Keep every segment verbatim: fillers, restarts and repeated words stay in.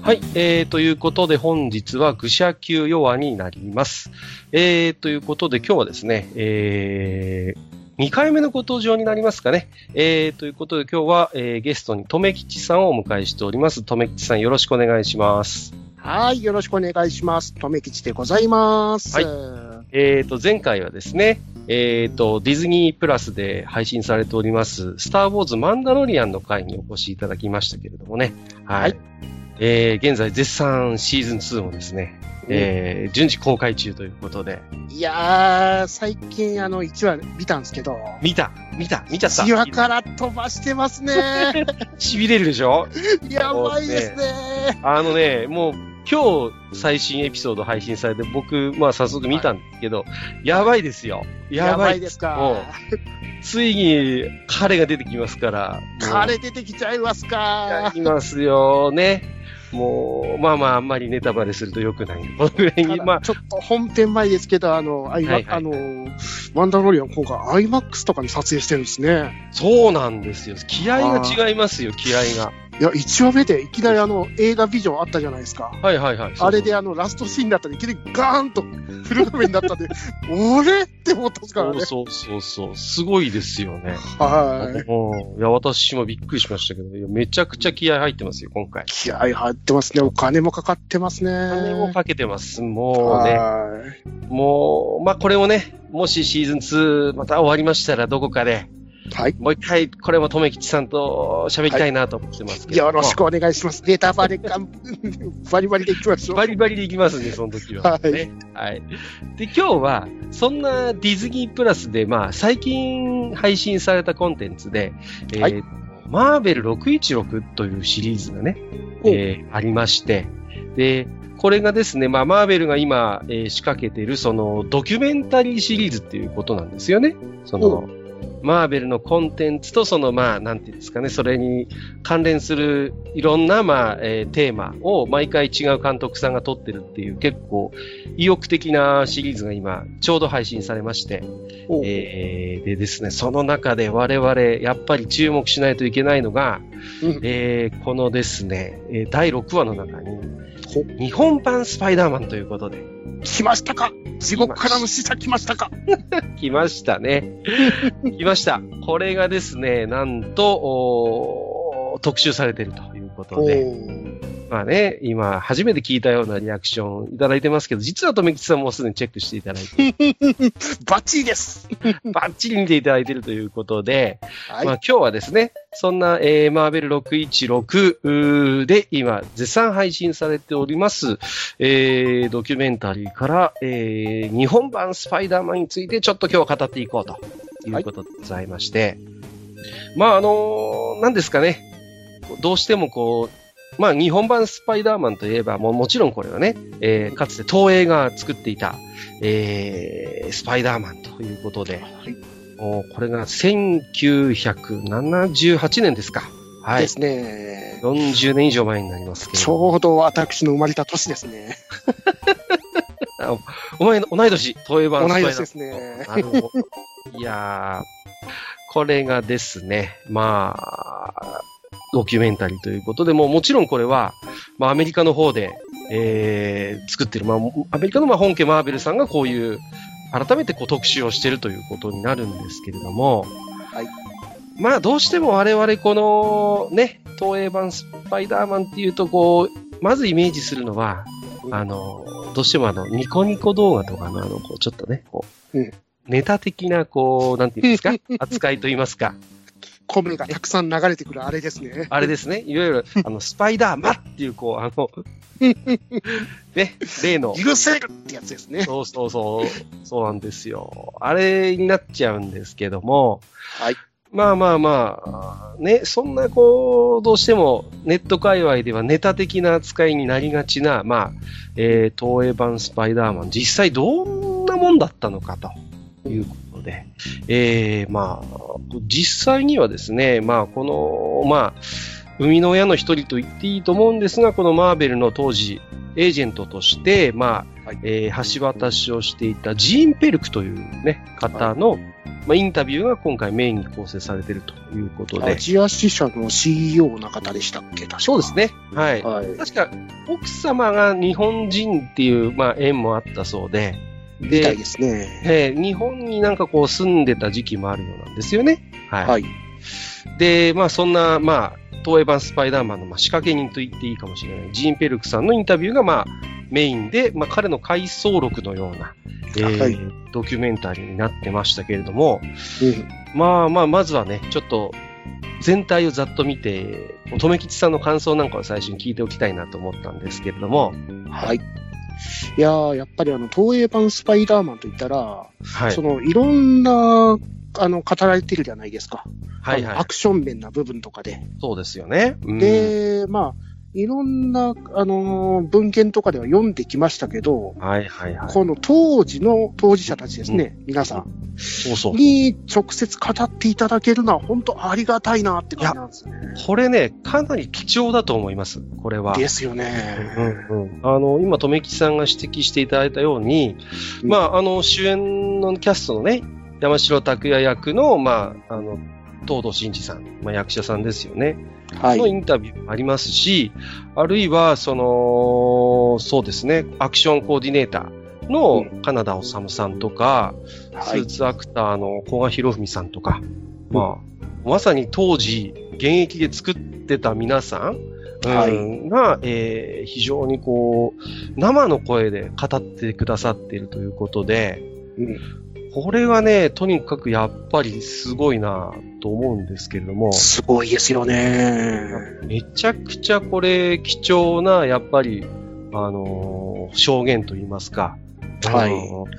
はい、えー、ということで本日は愚者級ヨアになります。えー、ということで今日はですね、えー、にかいめのご登場になりますかね。えー、ということで今日は、えー、ゲストにとめきちさんをお迎えしております。とめきちさんよろしくお願いします。 はい、よろしくお願いします。とめきちでございます。 はい。えー、と、前回はですね、えー、と、ディズニープラスで配信されております、スター・ウォーズ・マンダロリアンの回にお越しいただきましたけれどもね。はい。はい、えー、現在絶賛シーズンツーもですね、えー、順次公開中ということで。 いやー、最近あのいちわ見たんですけど。 見た見た見ちゃった。 いちわから飛ばしてますね。 痺れるでしょ。 やばいですね。 あのね、もう今日最新エピソード配信されて僕、まあ早速見たんですけど、はい、やばいですよ。やばい。 やばいですか。 ついに彼が出てきますから。 彼出てきちゃいますか。 いますよね。もう、まあまあ、あんまりネタバレすると良くない。このぐらいに、まあ。 ちょっと本編前ですけど、あの、はいはい、あの、マンダロリアン今回 アイマックス とかに撮影してるんですね。 そうなんですよ。気合が違いますよ、気合が。 いや、いちわめでいきなりあの、映画ビジョンあったじゃないですか。 はいはいはい。 あれであの、ラストシーンだったらいきなりガーンとフル画面だったんで、俺って思ったんですからね。 そうそうそう。すごいですよね。 はい。 いや、私もびっくりしましたけど、いやめちゃくちゃ気合入ってますよ、今回。 気合入ってますね。お金もかかってますね。 お金もかけてます。もうね。もう、まあ、これをね、もしシーズンツーまた終わりましたらどこかで、はい。もう一回、これもとめきちさんと喋りたいなと思ってますけど、 はい。よろしくお願いします。ネタバレか、バリバリでいきましょう。 バリバリでいきますね、その時は、ね。はい。はい。で、今日は、そんなディズニープラスで、まあ、最近配信されたコンテンツで、はい、えー、マーベルろくいちろくというシリーズがね、えー、ありまして、で、これがですね、まあ、マーベルが今、えー、仕掛けている、その、ドキュメンタリーシリーズっていうことなんですよね。その、マーベルのコンテンツとその、まあ、なんていうんですかね、それに関連するいろんな、まあ、えー、テーマを毎回違う監督さんが撮ってるっていう結構意欲的なシリーズが今ちょうど配信されまして、えー、でですね、その中で我々やっぱり注目しないといけないのが、うん、えー、このですね、だいろくわの中に日本版スパイダーマンということで。 来ましたか？地獄からの使者来ましたか？ 来ましたね。来ました。これがですね、なんと、特集されているということで。まあね、今、初めて聞いたようなリアクションいただいてますけど、実はとめきちさんもすでにチェックしていただいて。 バッチリですバッチリ見ていただいているということで、はい、まあ今日はですね、そんな、えー、マーベルろくいちろくで今、絶賛配信されております、えー、ドキュメンタリーから、えー、日本版スパイダーマンについてちょっと今日は語っていこうということでございまして、はい、まああのー、何ですかね、どうしてもこう、まあ、日本版スパイダーマンといえば、もうもちろんこれはね、えー、かつて東映が作っていた、えー、スパイダーマンということで、はい、もうこれがせんきゅうひゃくななじゅうはちねんですか。はい。 ですね。 よんじゅうねん以上前になりますけど。 ちょうど私の生まれた年ですね。 お前の同い年、東映版スパイダーマン。 同い年ですね。 なるほど。いやー、これがですね、まあ、ドキュメンタリーということで、もうもちろんこれは、まあアメリカの方で、えー、作ってる、まあアメリカのまあ本家マーベルさんがこういう、改めてこう特集をしているということになるんですけれども、はい。まあどうしても我々このね、東映版スパイダーマンっていうとこう、まずイメージするのは、あの、どうしてもあの、ニコニコ動画とかのあの、こうちょっとね、こう、うん、ネタ的なこう、なんていうんですか、扱いといいますか、 米がたくさん流れてくるあれですね。 あれですね。いわゆる、あの、スパイダーマンっていう、こう、あの、ね、例の。 許せるってやつですね。 そうそうそう。そうなんですよ。あれになっちゃうんですけども。はい。まあまあまあ、ね、そんな、こう、どうしても、ネット界隈ではネタ的な扱いになりがちな、まあ、えー、東映版スパイダーマン、実際どんなもんだったのかということで、えー、まあ、実際にはですね、まあ、この、まあ、生みの親の一人と言っていいと思うんですが、このマーベルの当時、エージェントとして、まあ、はい、えー、橋渡しをしていたジーン・ペルクというね、方の、はい、 まあ、インタビューが今回メインに構成されているということで。 アジア支社の シーイーオー の方でしたっけ、確か。 そうですね。はい。 はい、 確か、奥様が日本人っていう、まあ、縁もあったそうで。 で、みたいですね。 えー、日本になんかこう住んでた時期もあるようなんですよね。はい。 はい、 で、まあ、そんな、まあ、東映版スパイダーマンの、まあ、仕掛け人と言っていいかもしれない。ジーン・ペルクさんのインタビューが、まあ、メインで、まあ、彼の回想録のような、えーはい、ドキュメンタリーになってましたけれども、うん、まあまあ、まずはね、ちょっと、全体をざっと見て、とめきちさんの感想なんかを最初に聞いておきたいなと思ったんですけれども。 はい。いやー、やっぱりあの、東映版スパイダーマンといったら、はい、その、いろんな、あの、語られてるじゃないですか。はいはい。アクション面な部分とかで。 そうですよね。 うん、で、まあ、いろんな、あのー、文献とかでは読んできましたけど、 はいはいはい。 この当時の当事者たちですね、うん、皆さん。 そうそう。 に直接語っていただけるのは本当ありがたいなって感じなんですね。 これね、かなり貴重だと思います、これは。 ですよね。 うんうん。あの、今、とめきちさんが指摘していただいたように、うん、まあ、あの、主演のキャストのね、山城拓也役の、まあ、あの、東堂真司さん、まあ、役者さんですよね。はい。のインタビューもありますし、あるいは、その、そうですね、アクションコーディネーターの金田修さんとか、うん、スーツアクターの古賀博文さんとか、はい、まあ、まさに当時、現役で作ってた皆さん、はい、が、えー、非常にこう、生の声で語ってくださっているということで、うんこれはね、とにかくやっぱりすごいなと思うんですけれども。 すごいですよね。 めちゃくちゃこれ貴重な、やっぱり、あのー、証言といいますか。はい。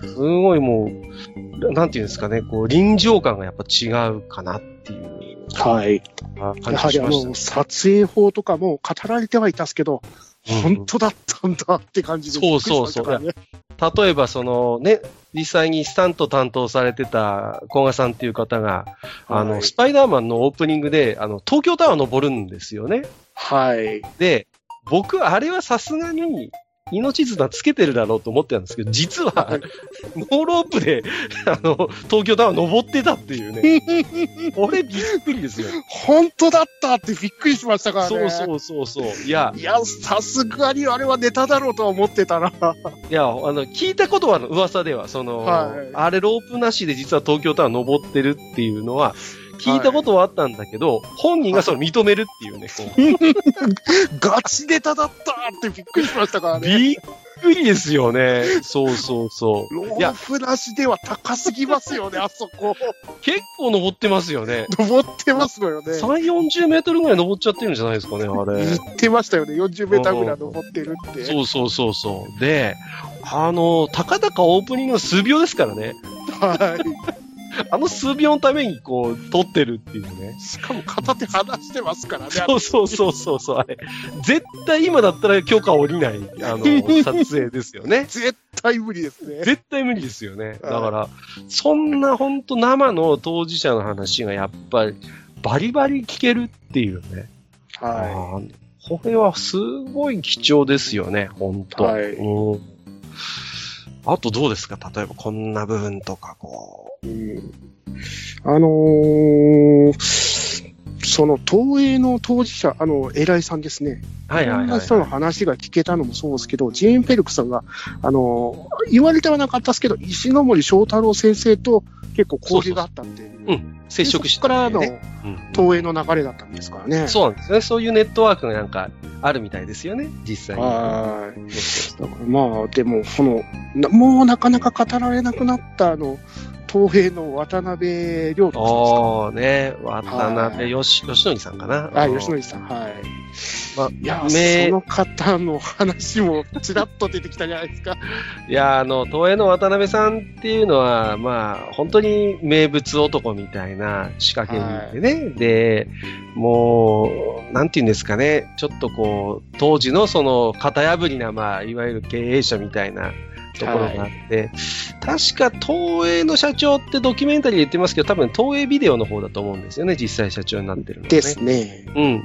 すごいもう、なんていうんですかね、こう、臨場感がやっぱ違うかなっていう。 はい。やはりあの、撮影法とかも語られてはいたんですけど、うん、本当だったんだって感じで、ね。そうそうそう。 例えばそのね、実際にスタント担当されてた古賀さんっていう方が、あの、はい、スパイダーマンのオープニングで、あの、東京タワー登るんですよね。 はい。 で、僕、あれはさすがに、命綱つけてるだろうと思ってたんですけど、実は、ノーロープで、あの、東京タワー登ってたっていうね。俺びっくりですよ。 本当だったってびっくりしましたからね。 そうそうそうそう。いや、 いや、さすがにあれはネタだろうとは思ってたな。 いや、あの、聞いたことは噂では、その、はい、あれロープなしで実は東京タワー登ってるっていうのは、聞いたことはあったんだけど、はい、本人がそれ認めるっていうね。 ガチネタだったってびっくりしましたからね。 びっくりですよね。そうそうそう。 ロープなしでは高すぎますよね、あそこ。 結構登ってますよね。 登ってますのよね。 さんじゅう、よんじゅうメートルぐらい登っちゃってるんじゃないですかね、あれ。 言ってましたよね、よんじゅうメーターぐらい登ってるって。 そうそうそうそう。で、あの、たかだかオープニングの数秒ですからね。はい。あの数秒のためにこう、撮ってるっていうね。 しかも片手離してますからね。 そうそうそうそうそう、あれ。絶対今だったら許可下りない、あの、撮影ですよね。 絶対無理ですね。 絶対無理ですよね。だから、そんなほんと生の当事者の話がやっぱり、バリバリ聞けるっていうね。はい。これはすごい貴重ですよね、ほんと。はい。うん、あとどうですか？例えばこんな部分とか、こう。うん、 あのー、その東映の当事者、あの、偉いさんですね。はいはいはい、はい。いろんな人の話が聞けたのもそうですけど、ジェーン・ペルクさんが、あのー、言われてはなかったですけど、石ノ森章太郎先生と結構交流があったっていう。そうそうそう、うん。接触して、ね。そこからの東映の流れだったんですからね。 そうなんですね。そういうネットワークがなんかあるみたいですよね、実際に。はい。 だからまあ、でも、その、もうなかなか語られなくなったあの、東映の渡辺亮太さんですか。 ああね、渡辺よし、吉典さんかな。 あ、吉典さん、はい。まあ、いや、その方の話もちらっと出てきたじゃないですか。 いや、あの、東映の渡辺さんっていうのは、まあ、本当に名物男みたいな仕掛け人でね。はい、で、もう、なんていうんですかね、ちょっとこう、当時のその、型破りな、まあ、いわゆる経営者みたいな、ところがあって、はい、確か東映の社長ってドキュメンタリーで言ってますけど、多分東映ビデオの方だと思うんですよね、実際社長になってるのはね。 ですね。 うんうんうん。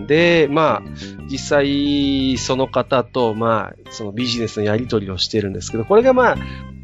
で、まあ、実際その方と、まあ、そのビジネスのやり取りをしてるんですけど、これがまあ、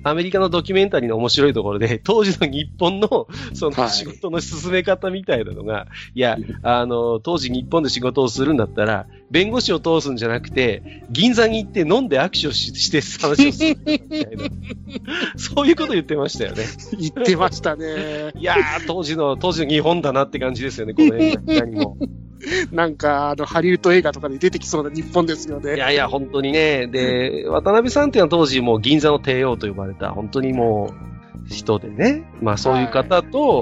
アメリカのドキュメンタリーの面白いところで、当時の日本の、その仕事の進め方みたいなのが、はい、いや、あの、当時日本で仕事をするんだったら、弁護士を通すんじゃなくて、銀座に行って飲んで握手をしして話をするみたいな。そういうこと言ってましたよね。 言ってましたね。 いやー、当時の、当時の日本だなって感じですよね、この映画にも。 なんか、あの、ハリウッド映画とかで出てきそうな日本ですよね。 いやいや、本当にね。で、渡辺さんっていうのは当時もう銀座の帝王と呼ばれた、本当にもう、人でね。まあそういう方と、はい、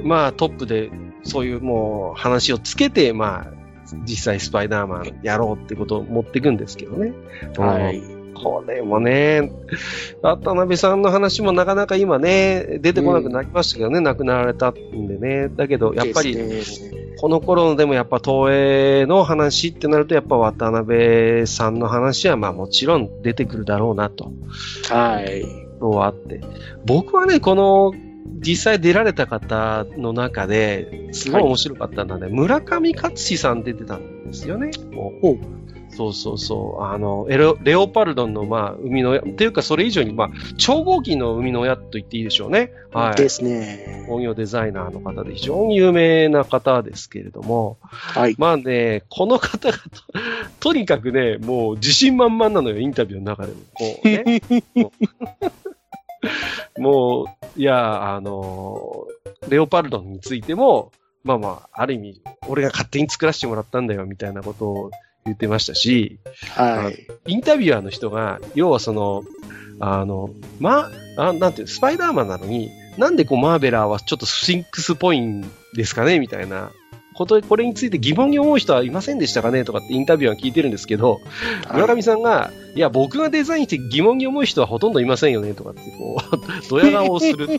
まあトップで、そういうもう話をつけて、まあ、実際スパイダーマンやろうってことを持っていくんですけどね。はい。これもね、渡辺さんの話もなかなか今ね、出てこなくなりましたけどね、うん、亡くなられたんでね。だけど、やっぱり、この頃のでもやっぱ東映の話ってなると、やっぱ渡辺さんの話はまあもちろん出てくるだろうなと。 はい。 はあって。僕はね、この、実際出られた方の中で、すごい面白かったので、はい、村上勝志さん出てたんですよね。もうそうそうそう。あの、エロレオパルドンの、まあ、生みの親、っていうかそれ以上に、まあ、超合金の生みの親と言っていいでしょうね。 はい。ですね。 工業デザイナーの方で非常に有名な方ですけれども。 はい。 まあね、この方がと、とにかくね、もう自信満々なのよ、インタビューの中でも。こうね。もうもう、いや、あの、レオパルドンについても、まあまあ、ある意味、俺が勝手に作らせてもらったんだよ、みたいなことを言ってましたし、 はい。 インタビュアーの人が、要はその、あの、まあ、なんていう、スパイダーマンなのに、なんでこう、マーベラーはちょっとスフィンクスっぽいんですかねみたいなこと、これについて疑問に思う人はいませんでしたかねとかってインタビュアーは聞いてるんですけど、村上さんが、いや、僕がデザインして疑問に思う人はほとんどいませんよねとかって、こう、ドヤ顔をする。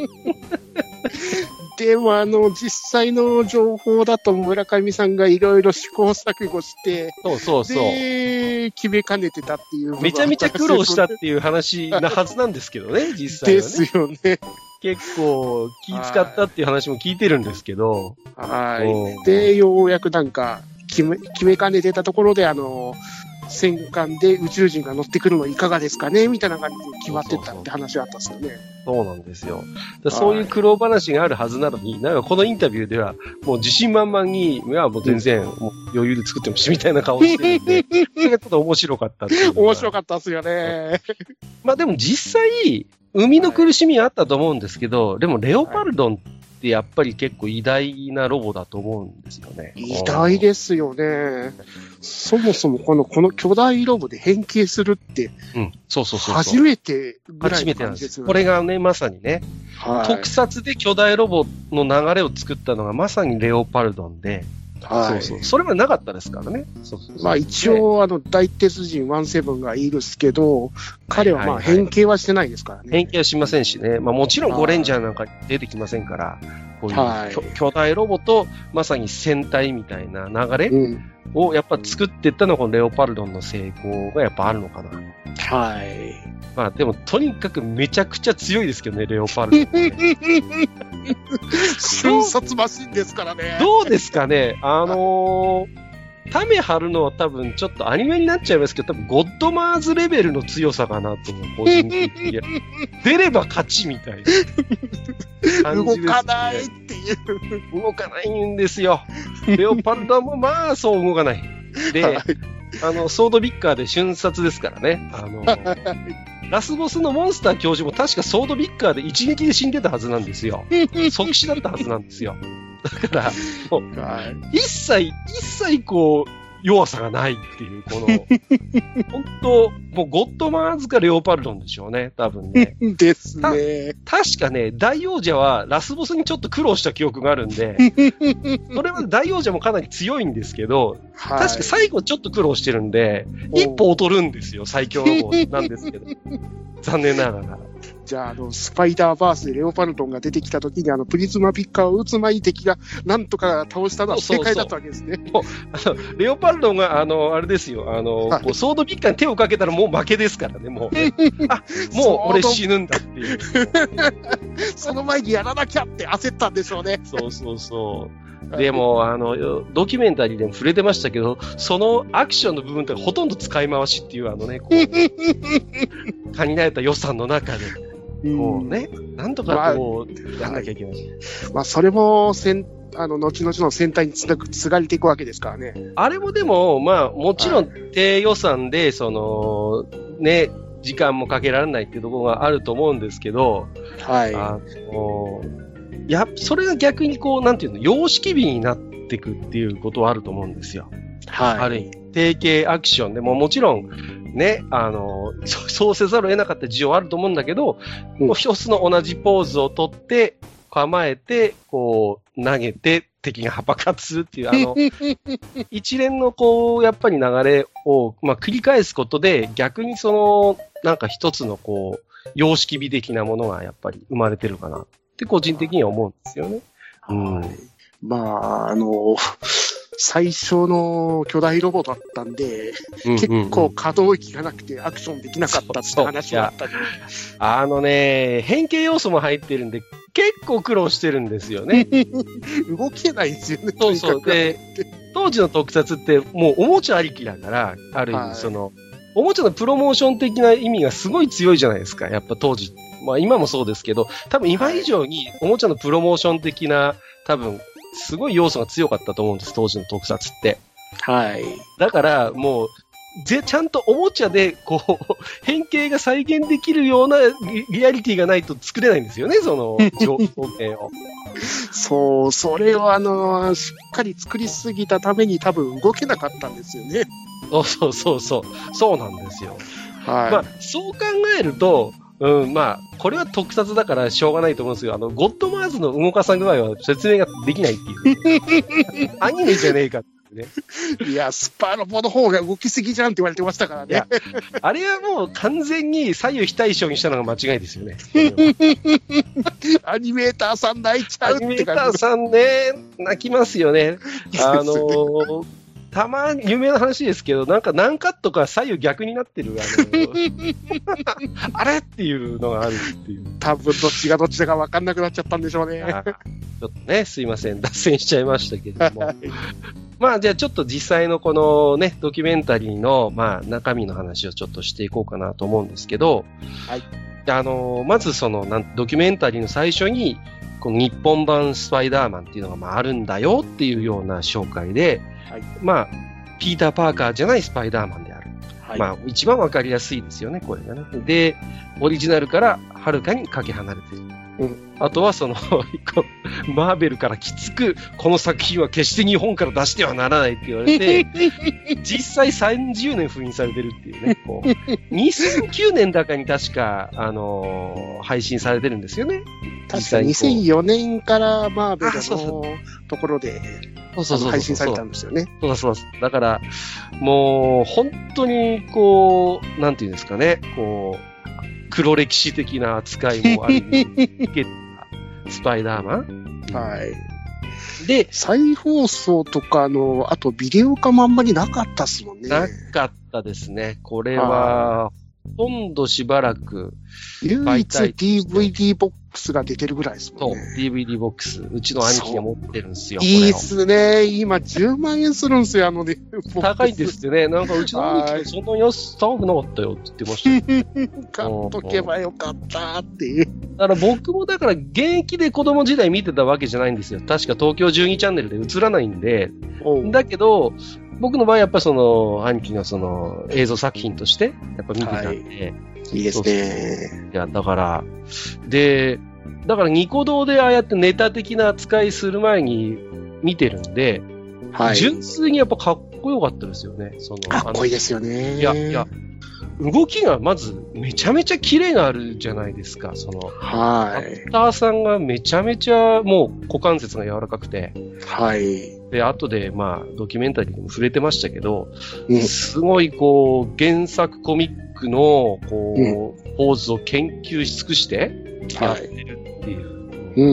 でも、あの、実際の情報だと村上さんがいろいろ試行錯誤して、 そうそうそう。 で、決めかねてたっていう。 めちゃめちゃ苦労したっていう話なはずなんですけどね、実際はね。 ですよね。 結構気使ったっていう話も聞いてるんですけど。 はい。で、ようやくなんか決め、決めかねてたところで、あの、戦艦で宇宙人が乗ってくるのいかがですかねみたいな感じで決まってたって話があったんですよね。 そうなんですよ。そういう苦労話があるはずなのに、なんかこのインタビューでは、もう自信満々に、いや、もう全然、もう余裕で作ってもしみたいな顔してるんで、それがちょっと面白かったっていう。 面白かったですよね。 まあでも実際、生みの苦しみはあったと思うんですけど、はい、でもレオパルドンってやっぱり結構偉大なロボだと思うんですよね。 偉大ですよね。そもそもこの、この巨大ロボで変形するって、 うん、そうそうそうそう。 初めてぐらいの感じですよね。 これがね、まさにね、はい、特撮で巨大ロボの流れを作ったのがまさにレオパルドンで、はい、そうそう。それはなかったですからね。そうそうそうまあ一応、あの、大鉄人じゅうなながいるっすけど、彼はまあ変形はしてないですからね。 変形はしませんしね。まあもちろんゴレンジャーなんか出てきませんから、こういう、はい、巨大ロボとまさに戦隊みたいな流れをやっぱ作っていったのがこのレオパルドンの成功がやっぱあるのかな。 はい。 まあでもとにかくめちゃくちゃ強いですけどね、レオパルドン、ね。 瞬殺マシンですからね。 どうですかねあのー、ため張るのは多分ちょっとアニメになっちゃいますけど、多分ゴッドマーズレベルの強さかなと思う。個人的に出れば勝ちみたいな感じですね。 動かないっていう。 動かないんですよ。レオパルドンもまあそう動かない。で、はい、あの、ソードビッカーで瞬殺ですからね。あの、ラスボスのモンスター教授も確かソードビッカーで一撃で死んでたはずなんですよ。即死だったはずなんですよ。だから、もう、はい、一切、一切こう、弱さがないっていう、この、本当もうゴッドマーズかレオパルドンでしょうね、多分ね。 ですね。 確かね、大王者はラスボスにちょっと苦労した記憶があるんで、それは大王者もかなり強いんですけど、はい、確か最後ちょっと苦労してるんで、一歩劣るんですよ、最強ロボなんですけど。残念ながら。 じゃあ、あの、スパイダーバースでレオパルトンが出てきたときに、あの、プリズマピッカーを撃つ前に敵がなんとか倒したのは正解だったわけですね。 そうそうそうあのレオパルトンが、あの、あれですよ、あの、はい、こうソードピッカーに手をかけたらもう負けですからね、もう。あ、もう俺死ぬんだっていう。 その前にやらなきゃって焦ったんでしょうね。 そうそうそう。でも、あの、ドキュメンタリーでも触れてましたけど、そのアクションの部分ってほとんど使い回しっていう、あのね、こう、限られた予算の中で。こうね、なんとかこう、まあ、やんなきゃいけない。 まあ、それも、せん、あの、後々の戦隊につなぐ、継がれていくわけですからね。 あれもでも、まあ、もちろん低予算で、その、ね、時間もかけられないっていうところがあると思うんですけど、 はい。 あの、や、それが逆にこう、なんていうの、様式美になっていくっていうことはあると思うんですよ。 はい。 ある意味、定型アクションでももちろん、ね、あの、そうせざるを得なかった事情はあると思うんだけど、うん、一つの同じポーズをとって、構えて、こう、投げて、敵が爆発するっていう、あの、一連のこう、やっぱり流れを、まあ、繰り返すことで、逆にその、なんか一つのこう、様式美的なものがやっぱり生まれてるかなって個人的には思うんですよね。 うん。まあ、あの、最初の巨大ロボだったんで、うんうんうん、結構可動域がなくてアクションできなかったって話があったり。 あのね、変形要素も入ってるんで、結構苦労してるんですよね。 動けないですよね。 そうそう。で、当時の特撮ってもうおもちゃありきだから、ある意味その、はい、おもちゃのプロモーション的な意味がすごい強いじゃないですか。やっぱ当時。まあ今もそうですけど、多分今以上におもちゃのプロモーション的な、多分、すごい要素が強かったと思うんです、当時の特撮って。 はい。 だから、もう、ぜ、ちゃんとおもちゃで、こう、変形が再現できるようなリ、リアリティがないと作れないんですよね、その、条件を。 そう、それをあの、しっかり作りすぎたために多分動けなかったんですよね。 そうそうそうそう。そうなんですよ。 はい。 まあ、そう考えると、うん、まあ、これは特撮だからしょうがないと思うんですけど、あの、ゴッドマーズの動かさ具合は説明ができないっていう。アニメじゃねえかってね。 いや、スパロボの方が動きすぎじゃんって言われてましたからね。いや、 あれはもう完全に左右非対称にしたのが間違いですよね。 アニメーターさん泣いちゃうって感じ。アニメーターさんね、泣きますよね。あのー、たまに、有名な話ですけど、なんか何カットか左右逆になってる、あの、あれっていうのがあるっていう。 多分どっちがどっちだか分かんなくなっちゃったんでしょうね。 ちょっとね、すいません、脱線しちゃいましたけども。はい、まあ、じゃあちょっと実際のこのね、ドキュメンタリーの、まあ、中身の話をちょっとしていこうかなと思うんですけど、 はい。 あの、まずその、なんドキュメンタリーの最初に、この日本版スパイダーマンっていうのがまああるんだよっていうような紹介で、はい、まあ、ピーター・パーカーじゃないスパイダーマンである。はい、まあ、一番わかりやすいですよね、これがね。で、オリジナルからはるかにかけ離れている。うん、あとはその、マーベルからきつく、この作品は決して日本から出してはならないって言われて、実際さんじゅうねん封印されてるっていうね、こう、にせんきゅうねんだかに確か、あのー、配信されてるんですよね。 確かにせんよねんからマーベルのところで配信されたんですよね。 そうそうそう。だから、もう、本当に、こう、なんていうんですかね、こう、黒歴史的な扱いもあり、受けたスパイダーマン。 はい。で、再放送とかの、あとビデオ化もあんまりなかったっすもんね。 なかったですね。これは、ほとんどしばらく。 唯一 ディーブイディー ボックスが出てるぐらいですもんね。 そう、ディーブイディー ボックス。うちの兄貴が持ってるんですよ。 いいっすね。今じゅうまんえんするんすよ、あのね。 高いんですってね。なんかうちの兄貴そんなに安高くなかったよって言ってました。 買っとけばよかったっていう。 だから僕もだから現役で子供時代見てたわけじゃないんですよ。確か東京じゅうにチャンネルで映らないんで。だけど、僕の場合やっぱその、兄貴がその映像作品としてやっぱ見てたんで。はい、 いいですね。 いや、だから、で、だからニコ動でああやってネタ的な扱いする前に見てるんで、はい、純粋にやっぱかっこよかったですよね。そのかっこいいですよね。 いや、いや、動きがまずめちゃめちゃキレがあるじゃないですか。その、 はい。 アクターさんがめちゃめちゃもう股関節が柔らかくて、 はい。 で、後でまあドキュメンタリーでも触れてましたけど、うん、すごいこう原作コミックのこう、うん、 ポーズを研究し尽くしてやってるっていう。 はい、うん。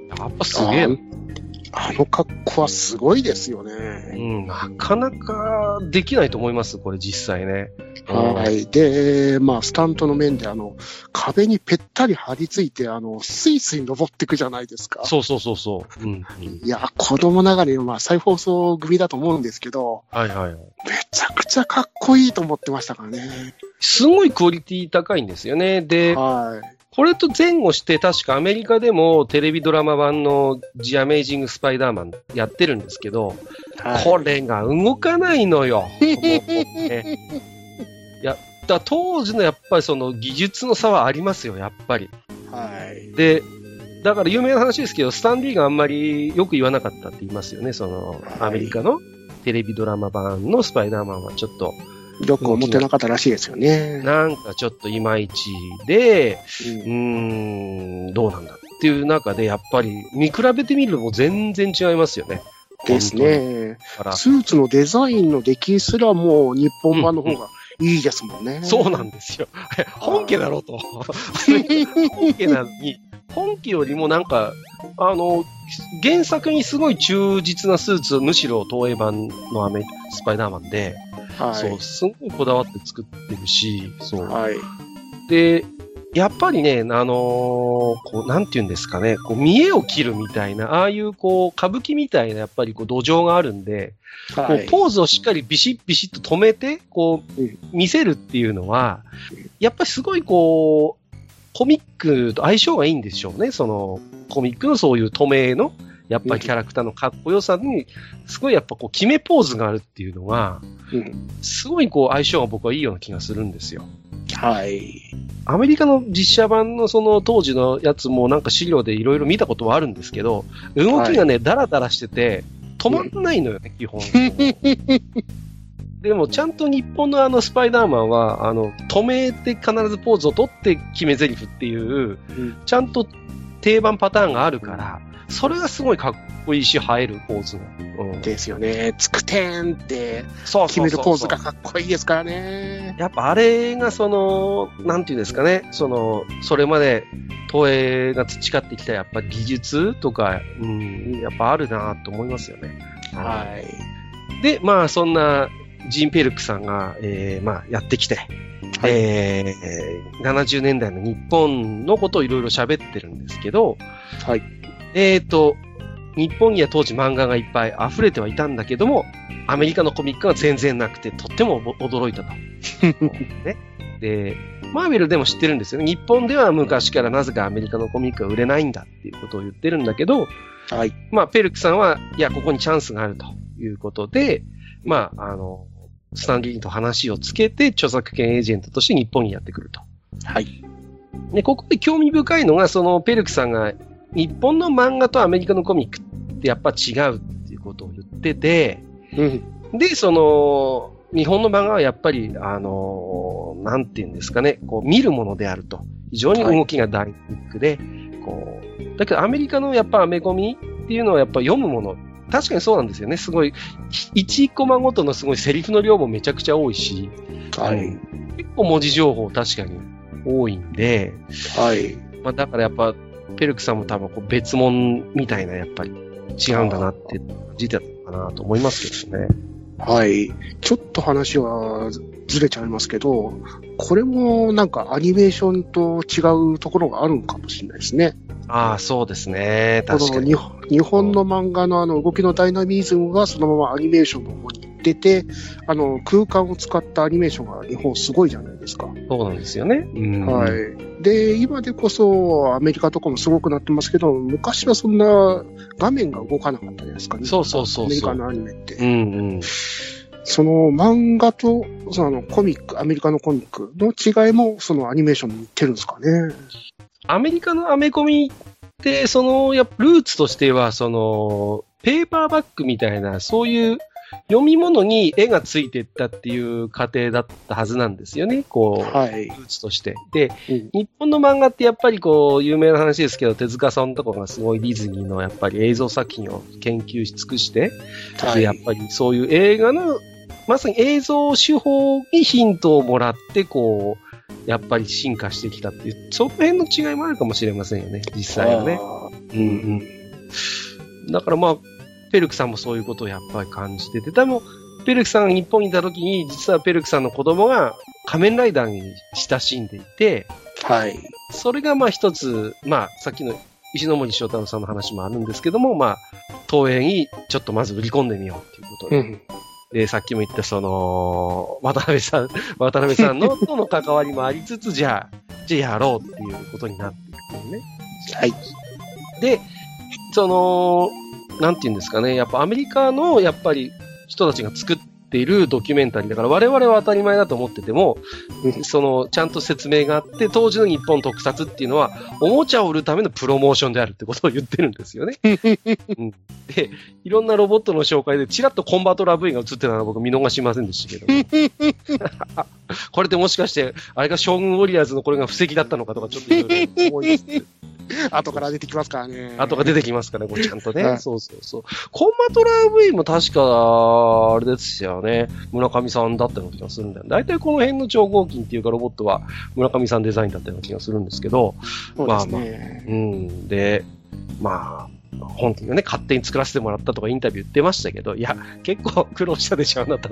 やっぱすげえな。 あの格好はすごいですよね。 うん、なかなかできないと思います、これ実際ね。 はい。で、まあ、スタントの面で、あの、壁にぺったり張り付いて、あの、スイスイ登っていくじゃないですか。 そうそうそうそう。うん、 うん、いや、子供ながらに、まあ、再放送組だと思うんですけど、 はいはい。めちゃくちゃかっこいいと思ってましたからね。 すごいクオリティ高いんですよね。で、はい。これと前後して確かアメリカでもテレビドラマ版のジ・アメイジング・スパイダーマンやってるんですけど、はい、これが動かないのよ。ね、いや、だ当時のやっぱりその技術の差はありますよ、やっぱり。はい。で、だから有名な話ですけど、スタンリーがあんまりよく言わなかったって言いますよね、その、アメリカのテレビドラマ版のスパイダーマンはちょっと、 よく思ってなかったらしいですよね。 なんかちょっといまいちで、うん、うーん、どうなんだっていう中で、やっぱり見比べてみるともう全然違いますよね。 ですね。スーツのデザインの出来すらもう日本版の方がいいですもんね。 うんうん、そうなんですよ。本家だろうと。本家なのに、本家よりもなんか、あの、原作にすごい忠実なスーツをむしろ東映版のアメスパイダーマンで、はい、そう、すごいこだわって作ってるし、そう。はい。で、やっぱりね、あのー、こう、なんて言うんですかね、こう、見栄を切るみたいな、ああいう、こう、歌舞伎みたいな、やっぱり、こう、土壌があるんで、はい、こうポーズをしっかりビシッビシッと止めて、こう、うん、見せるっていうのは、やっぱりすごい、こう、コミックと相性がいいんでしょうね、その、コミックのそういう透明の、やっぱりキャラクターのかっこよさに、すごいやっぱこう決めポーズがあるっていうのが、うん、すごいこう相性が僕はいいような気がするんですよ。はい。アメリカの実写版のその当時のやつもなんか資料でいろいろ見たことはあるんですけど、動きがね、ダラダラしてて、止まんないのよね、うん、基本。でもちゃんと日本のあのスパイダーマンは、あの、止めて必ずポーズを取って決め台詞っていう、うん、ちゃんと定番パターンがあるから、それがすごいかっこいいし、映えるポーズが。 うん、ですよね。つくてんって決めるポーズがかっこいいですからね。 やっぱあれがその、なんていうんですかね、その、それまで東映が培ってきたやっぱ技術とか、うん、やっぱあるなと思いますよね。はい。で、まあそんなジン・ペルクさんが、えー、まあやってきて、はい、えー、ななじゅうねんだいの日本のことをいろいろ喋ってるんですけど、はい。えーと、日本には当時漫画がいっぱい溢れてはいたんだけども、アメリカのコミックが全然なくて、とっても驚いたと。ね、で、マーベルでも知ってるんですよね。日本では昔からなぜかアメリカのコミックが売れないんだっていうことを言ってるんだけど、はい。まあ、ペルクさんは、いや、ここにチャンスがあるということで、まあ、あの、スタンリーと話をつけて、著作権エージェントとして日本にやってくると。はい。で、ここで興味深いのが、そのペルクさんが、日本の漫画とアメリカのコミックってやっぱ違うっていうことを言ってて、うん、で、その、日本の漫画はやっぱり、あの、なんていうんですかね、こう見るものであると。非常に動きがダイナミックで、はい、こう、だけどアメリカのやっぱアメコミっていうのはやっぱ読むもの、確かにそうなんですよね。すごい、一コマごとのすごいセリフの量もめちゃくちゃ多いし、はい、結構文字情報確かに多いんで、はい。まあだからやっぱ、ペルクさんも多分こう別物みたいなやっぱり違うんだなって字だったかなと思いますけどね。 はい。ちょっと話はずれちゃいますけど、これもなんかアニメーションと違うところがあるのかもしれないですね。 ああ、そうですね。確かに。 日本の漫画のあの動きのダイナミズムがそのままアニメーションの方に出て、あの空間を使ったアニメーションが日本すごいじゃないですか。 そうなんですよね。 うん、はい。で、今でこそアメリカとかもすごくなってますけど、昔はそんな画面が動かなかったじゃないですかね。 そうそうそうそう。 アメリカのアニメって。 うんうん。 その漫画とそのコミック、アメリカのコミックの違いもそのアニメーションに似てるんですかね。 アメリカのアメコミって、その、やっぱルーツとしては、その、ペーパーバッグみたいな、そういう読み物に絵がついていったっていう過程だったはずなんですよね、こう、はい、ルーツとして。で、うん、日本の漫画ってやっぱりこう、有名な話ですけど、手塚さんとかがすごいディズニーのやっぱり映像作品を研究し尽くして、はい、でやっぱりそういう映画の、まさに映像手法にヒントをもらって、こう、 やっぱり進化してきたっていう、その辺の違いもあるかもしれませんよね、実際はね。うんうん。だからまあ、ペルクさんもそういうことをやっぱり感じてて、でも、ペルクさんが日本にいた時に、実はペルクさんの子供が仮面ライダーに親しんでいて、 はい。それがまあ一つ、まあ、さっきの石ノ森章太郎さんの話もあるんですけども、まあ、東映にちょっとまず売り込んでみようっていうことで、うん、で、さっきも言ったその、渡辺さん、渡辺さんのとの関わりもありつつ、じゃあ、じゃあやろうっていうことになっていくのね。 はい。 で、その、なんて言うんですかね、やっぱアメリカの、やっぱり人たちが作っているドキュメンタリーだから我々は当たり前だと思ってても、その、ちゃんと説明があって、当時の日本特撮っていうのは、おもちゃを売るためのプロモーションであるってことを言ってるんですよね。うん、で、いろんなロボットの紹介で、ちらっとコンバートラブイが映ってたのは僕見逃しませんでしたけども。これでもしかして、あれが将軍ウォリアーズのこれが布石だったのかとかちょっといろいろ思いますけど。 後から出てきますからね。 後から出てきますからね、これちゃんとね。はい、そうそうそう。コンバトラー ブイ も確か、あれですよね。村上さんだったような気がするんだよ。大体この辺の超合金っていうかロボットは村上さんデザインだったような気がするんですけど。 そうですね。 まあまあ。うん。で、まあ、本気がね、勝手に作らせてもらったとかインタビュー言ってましたけど、いや、結構苦労したでしょ、あなたって。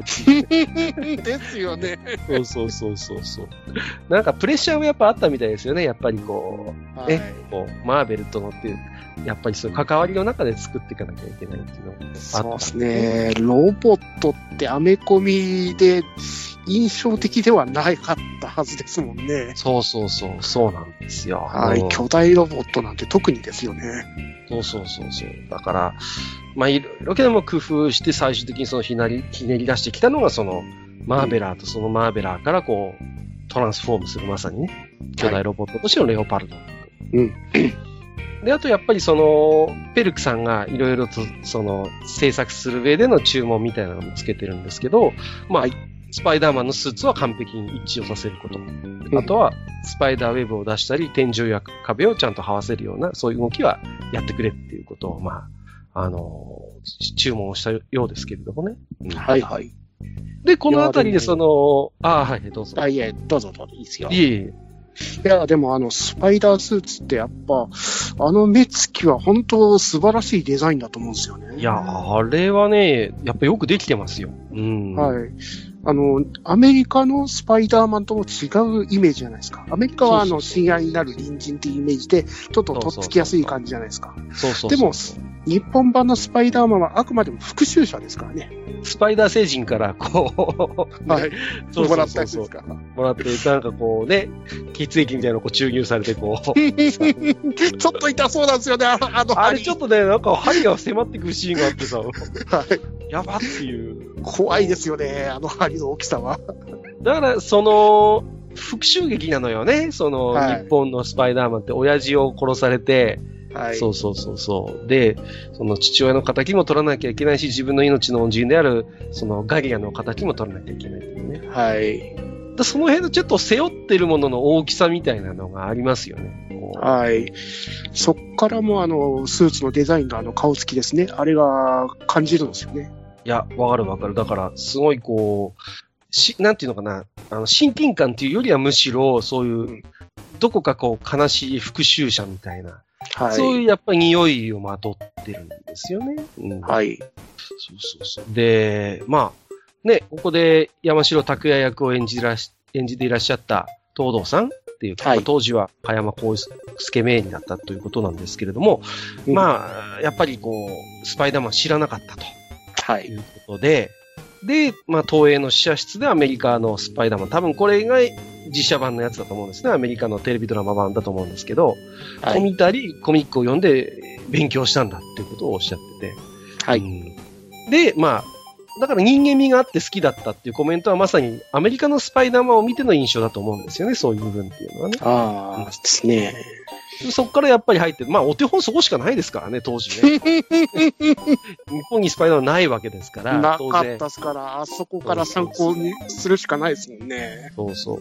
ですよね。 そうそうそうそうそう。なんかプレッシャーもやっぱあったみたいですよね、やっぱりこう、はい、ね、こう、マーベルとのっていう、やっぱりそういう関わりの中で作っていかなきゃいけないっていうのがあった。 そうですね。ロボットってアメコミで印象的ではなかったはずですもんね。 そうそうそう、そうなんですよ。 はい、巨大ロボットなんて特にですよね。 そうそうそうそう。だから、まあ、いろいろけども工夫して最終的にそのひなり、ひねり出してきたのがその、マーベラーとそのマーベラーからこう、トランスフォームするまさにね、巨大ロボットとしてのレオパルド。はい、うん。で、あとやっぱりその、ペルクさんがいろいろとその、制作する上での注文みたいなのもつけてるんですけど、まあ、はい、スパイダーマンのスーツは完璧に一致をさせること。あとは、スパイダーウェブを出したり、天井や壁をちゃんと這わせるような、そういう動きはやってくれっていうことを、まあ、あのー、注文をしたようですけれどもね。 うん、はいはい。 で、このあたりでその、ああ、はい、どうぞ。 あ、いえ、どうぞどうぞ、いいですよ。 いえいえ。 いや、でもあの、スパイダースーツってやっぱ、あの目つきは本当素晴らしいデザインだと思うんですよね。 いや、あれはね、やっぱよくできてますよ。うん。 はい。あの、アメリカのスパイダーマンとも違うイメージじゃないですか。アメリカはあの、親愛になる隣人っていうイメージで、ちょっととっつきやすい感じじゃないですか。 そうそうそう。 でも、日本版のスパイダーマンはあくまでも復讐者ですからね。 スパイダー星人からこう、 はい。そうもらったやつですか。 もらって、なんかこうね、血液みたいなのこう注入されてこう。 ちょっと痛そうなんですよね、あの、あの針。 あれちょっとね、なんか針が迫ってくるシーンがあってさ。はい。やばっていう。 怖いですよね、あの針の大きさは。 だから、その、復讐劇なのよね。その、はい、日本のスパイダーマンって親父を殺されて、はい、そうそうそうそう。で、その父親の仇も取らなきゃいけないし、自分の命の恩人である、そのガリアの仇も取らなきゃいけないっていうね。 はい。 だその辺のちょっと背負ってるものの大きさみたいなのがありますよね。 はい。そっからもあの、スーツのデザインのあの顔つきですね。あれが感じるんですよね。 いや、わかるわかる。だから、すごいこう、し、なんていうのかな、あの、親近感っていうよりはむしろ、そういう、うん、どこかこう、悲しい復讐者みたいな、はい、そういうやっぱり匂いをまとってるんですよね。うん、 はい。 そうそうそう。で、まあ、ね、ここで山城拓也役を演じらし、演じていらっしゃった東堂さんっていう、はい、当時は葉山浩介名になったということなんですけれども、うん、まあ、やっぱりこう、スパイダーマン知らなかったと。はい。いうことで、で、まあ、東映の試写室でアメリカのスパイダーマン、多分これが実写版のやつだと思うんですね。アメリカのテレビドラマ版だと思うんですけど、はい、見たり、コミックを読んで勉強したんだっていうことをおっしゃってて。 はい。 うん、で、まあ、だから人間味があって好きだったっていうコメントはまさにアメリカのスパイダーマンを見ての印象だと思うんですよね。そういう部分っていうのはね。 ああ、ですね。 そこからやっぱり入ってる。まあ、お手本そこしかないですからね、当時ね。日本にスパイダーマンないわけですから。 なかったですから、あそこから参考にするしかないですもんね。 そうそう。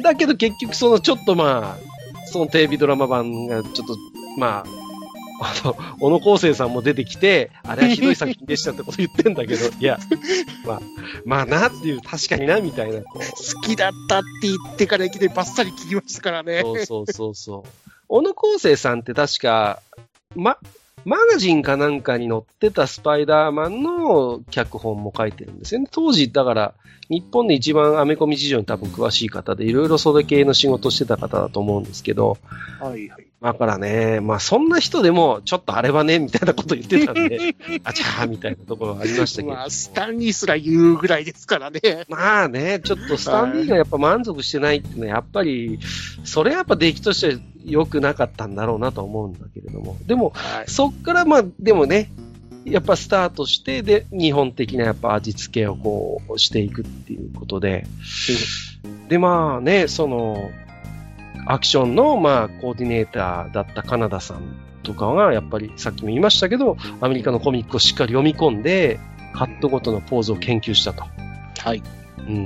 だけど結局そのちょっとまあ、そのテレビドラマ版がちょっと、まあ、 あの、小野康生さんも出てきて、あれはひどい作品でしたってこと言ってんだけど、いや、まあ、まあなっていう、確かにな、みたいな。こう好きだったって言ってからいきなりバッサリ切りましたからね。 そうそうそうそう。小野康生さんって確か、ま、マガジンかなんかに載ってたスパイダーマンの脚本も書いてるんですよね。当時、だから、日本で一番アメコミ事情に多分詳しい方で、いろいろそれ系の仕事してた方だと思うんですけど、 はいはい。 だからね、まあそんな人でも、ちょっとあれはね、みたいなこと言ってたんで、あちゃーみたいなところはありましたけど。 まあ、スタンリーすら言うぐらいですからね。 まあね、ちょっとスタンリーがやっぱ満足してないっていうのは、やっぱり、それやっぱ出来としては良くなかったんだろうなと思うんだけれども。でも、はい、そっからまあ、でもね、やっぱスタートして、で、日本的なやっぱ味付けをこうしていくっていうことで、で、まあね、その、アクションのまあ、コーディネーターだったカナダさんとかが、やっぱりさっきも言いましたけど、アメリカのコミックをしっかり読み込んで、カットごとのポーズを研究したと。 はい。 うんうん。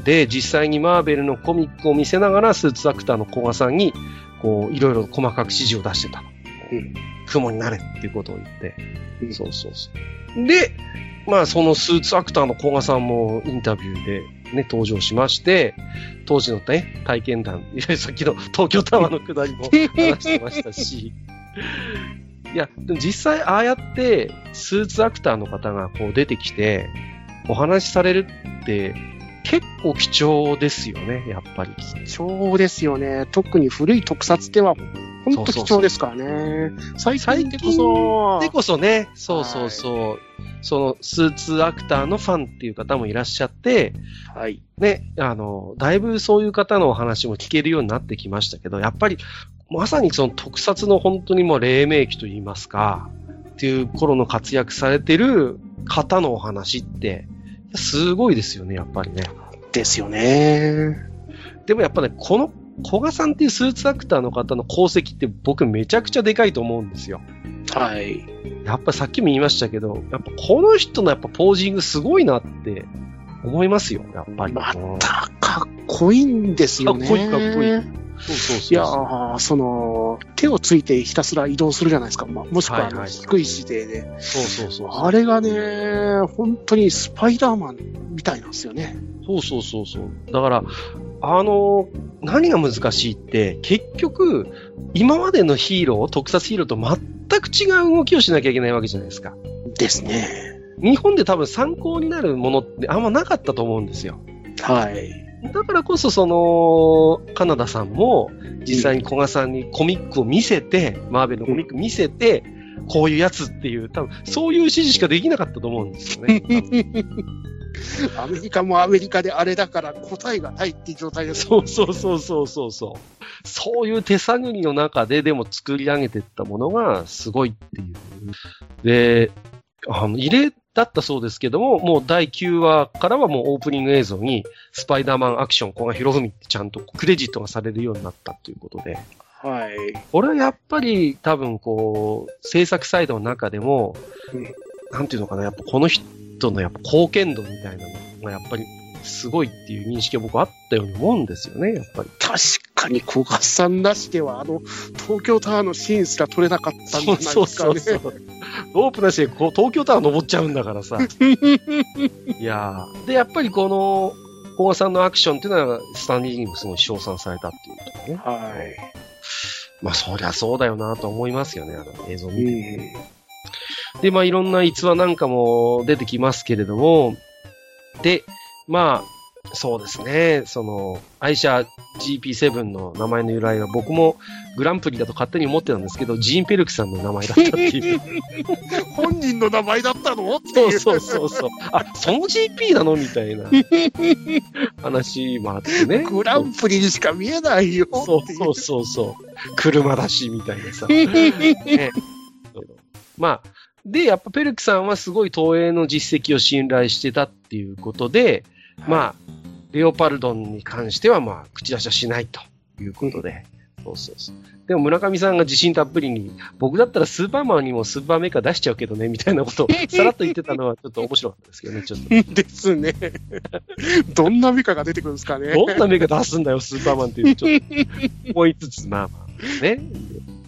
で、実際にマーベルのコミックを見せながら、スーツアクターの古賀さんに、こう、いろいろ細かく指示を出してた。うん。雲になれっていうことを言って。うん、そうそうそう。で、まあ、そのスーツアクターの古賀さんもインタビューでね、登場しまして、当時のね、体験談、いや、さっきの東京タワーのくだりも話してましたし、いや、でも実際ああやってスーツアクターの方がこう出てきて、お話しされるって結構貴重ですよね、やっぱり。 貴重ですよね。特に古い特撮では本当貴重ですからね。そうそうそう、最近でこそ。 でこそね、そうそうそう。そのスーツアクターのファンっていう方もいらっしゃって、 はい。 ね、あの、だいぶそういう方のお話も聞けるようになってきましたけど、やっぱり、まさにその特撮の本当にもう黎明期といいますか、っていう頃の活躍されてる方のお話って、すごいですよね、やっぱりね。 ですよね。 でもやっぱね、この古賀さんっていうスーツアクターの方の功績って僕めちゃくちゃでかいと思うんですよ。 はい。 やっぱさっきも言いましたけど、やっぱこの人のやっぱポージングすごいなって思いますよ、やっぱり。 またかっこいいんですよね。 かっこいいかっこいい。そうそうそうそう。 いやー、その、手をついてひたすら移動するじゃないですか。まあ、もしくは、はいはい、低い姿勢で。 そうそうそう。 あれがね、本当にスパイダーマンみたいなんですよね。 そうそうそうそう。だから、あの、何が難しいって、結局、今までのヒーロー、特撮ヒーローと全く違う動きをしなきゃいけないわけじゃないですか。 ですね。 日本で多分参考になるものってあんまなかったと思うんですよ。 はい。 だからこそ、その、カナダさんも、実際に古賀さんにコミックを見せて、うん、マーベルのコミック見せて、こういうやつっていう、多分、そういう指示しかできなかったと思うんですよね。 アメリカもアメリカであれだから答えがないっていう状態です。 そうそうそうそうそうそう。そういう手探りの中ででも作り上げていったものがすごいっていう。で、あの、異例だったそうですけども、もうだいきゅうわからはもうオープニング映像にスパイダーマンアクション古賀博文ってちゃんとクレジットがされるようになったということで。 はい。 これはやっぱり多分こう、制作サイドの中でも、うん、なんていうのかな、やっぱこの人のやっぱ貢献度みたいなのがやっぱりすごいっていう認識が僕はあったように思うんですよね、やっぱり。 確かに古賀さんなしではあの東京タワーのシーンすら撮れなかったんじゃないですかね。そうそうそうそう。 ロープなしでこう東京タワー登っちゃうんだからさ。いやー。で、やっぱりこの古賀さんのアクションっていうのはスタンリーにもすごい称賛されたっていうことね。 はい。 まあそりゃそうだよなと思いますよね、あの映像見て。で、まあいろんな逸話なんかも出てきますけれども、で、まあ、そうですね、その、愛車 ジーピーセブン の名前の由来は僕もグランプリだと勝手に思ってたんですけど、ジーン・ペルクさんの名前だったっていう。 本人の名前だったのそうそうそうそう。あ、その ジーピー なのみたいな話もあってね。 グランプリにしか見えないよ。 そうそうそうそう。車だし、みたいなさ。ね、まあ、で、やっぱペルクさんはすごい東映の実績を信頼してたっていうことで、はい、まあ、レオパルドンに関してはまあ、口出しはしないということで、そうそうそう。でも村上さんが自信たっぷりに、僕だったらスーパーマンにもスーパーメカ出しちゃうけどね、みたいなことをさらっと言ってたのはちょっと面白かったですけどね、ちょっと。 ですね。どんなメカが出てくるんですかね。 どんなメカ出すんだよ、スーパーマンっていう、ちょっと思いつつ、まあまあ、ね。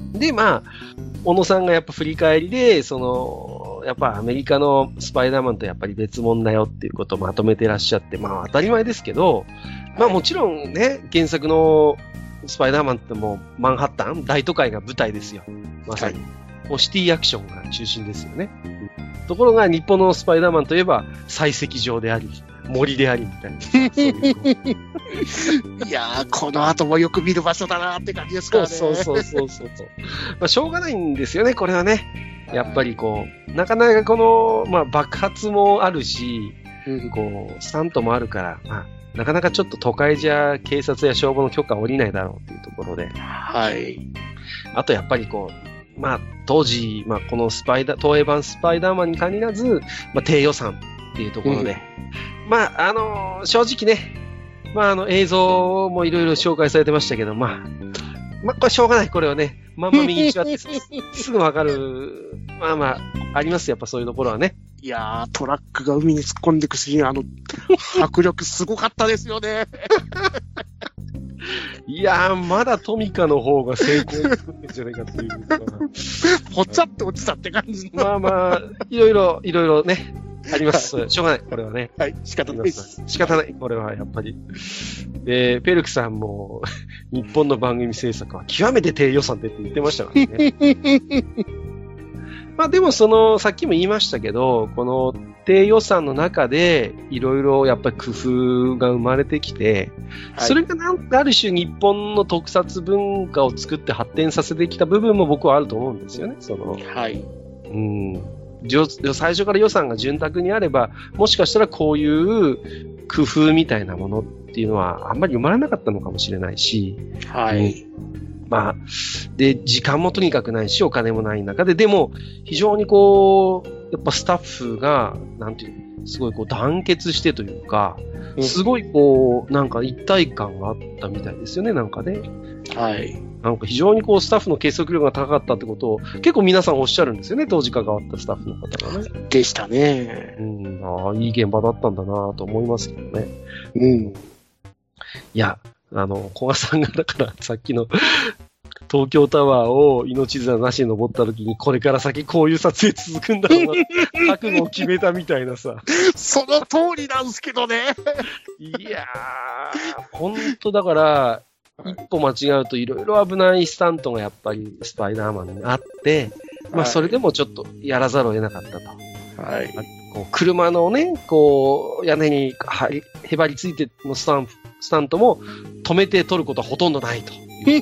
で、まあ、小野さんがやっぱ振り返りで、その、やっぱアメリカのスパイダーマンとやっぱり別物だよっていうことをまとめてらっしゃって、まあ当たり前ですけど、まあもちろんね、原作のスパイダーマンってもうマンハッタン、大都会が舞台ですよ。まさに。はい、もうシティアクションが中心ですよね。ところが日本のスパイダーマンといえば採石場であり、森でありみたいな。そういういやー、この後もよく見る場所だなって感じですからね。 そうそうそうそうそう。まあ、しょうがないんですよね、これはね。やっぱりこう、なかなかこの、まあ、爆発もあるし、うん、こう、スタントもあるから、まあ、なかなかちょっと都会じゃ警察や消防の許可下りないだろうっていうところで。 はい。 あとやっぱりこう、まあ、当時、まあ、このスパイダー、東映版スパイダーマンに限らず、まあ、低予算っていうところで、うん、まあ、あのー、正直ね、まあ、あの、映像もいろいろ紹介されてましたけど、まあ、まあ、これしょうがない、これをね、まんま右に違ってす、すぐわかる、まあまあ、あります、やっぱそういうところはね。 いやー、トラックが海に突っ込んでいくシーン、あの、迫力すごかったですよね。 いやー、まだトミカの方が成功するんじゃないかっていうか。 ぽちゃって落ちたって感じ。 まあまあ、いろいろ、いろいろね、あります。しょうがない、これはね。 はい、仕方ないです。 仕方ない、これはやっぱり。で、ペルクさんも、日本の番組制作は極めて低予算でって言ってましたからね。まあでもその、さっきも言いましたけど、この低予算の中で、いろいろやっぱり工夫が生まれてきて、はい、それがなんある種日本の特撮文化を作って発展させてきた部分も僕はあると思うんですよね。その、 はい。 うん。最初から予算が潤沢にあれば、もしかしたらこういう工夫みたいなものっていうのはあんまり生まれなかったのかもしれないし、 はい。 まあ、で、時間もとにかくないし、お金もない中で、でも、非常にこう、やっぱスタッフが、なんていう、すごいこう団結してというか、すごいこう、なんか一体感があったみたいですよね、なんかね。 はい。 なんか非常にこうスタッフの結束力が高かったってことを結構皆さんおっしゃるんですよね、当時関わったスタッフの方がね。 でしたね。 うん、ああ、いい現場だったんだなと思いますけどね。 うん。 いや、あの、古賀さんがだからさっきの東京タワーを命綱なしで登った時にこれから先こういう撮影続くんだろうな、覚悟を決めたみたいなさ。 その通りなんですけどね。 いやー、ほんとだから、一歩間違うといろいろ危ないスタントがやっぱりスパイダーマンにあって、まあそれでもちょっとやらざるを得なかったと。 はい。 こう車のね、こう屋根にへばりついてのスタンスタントも止めて撮ることはほとんどないと。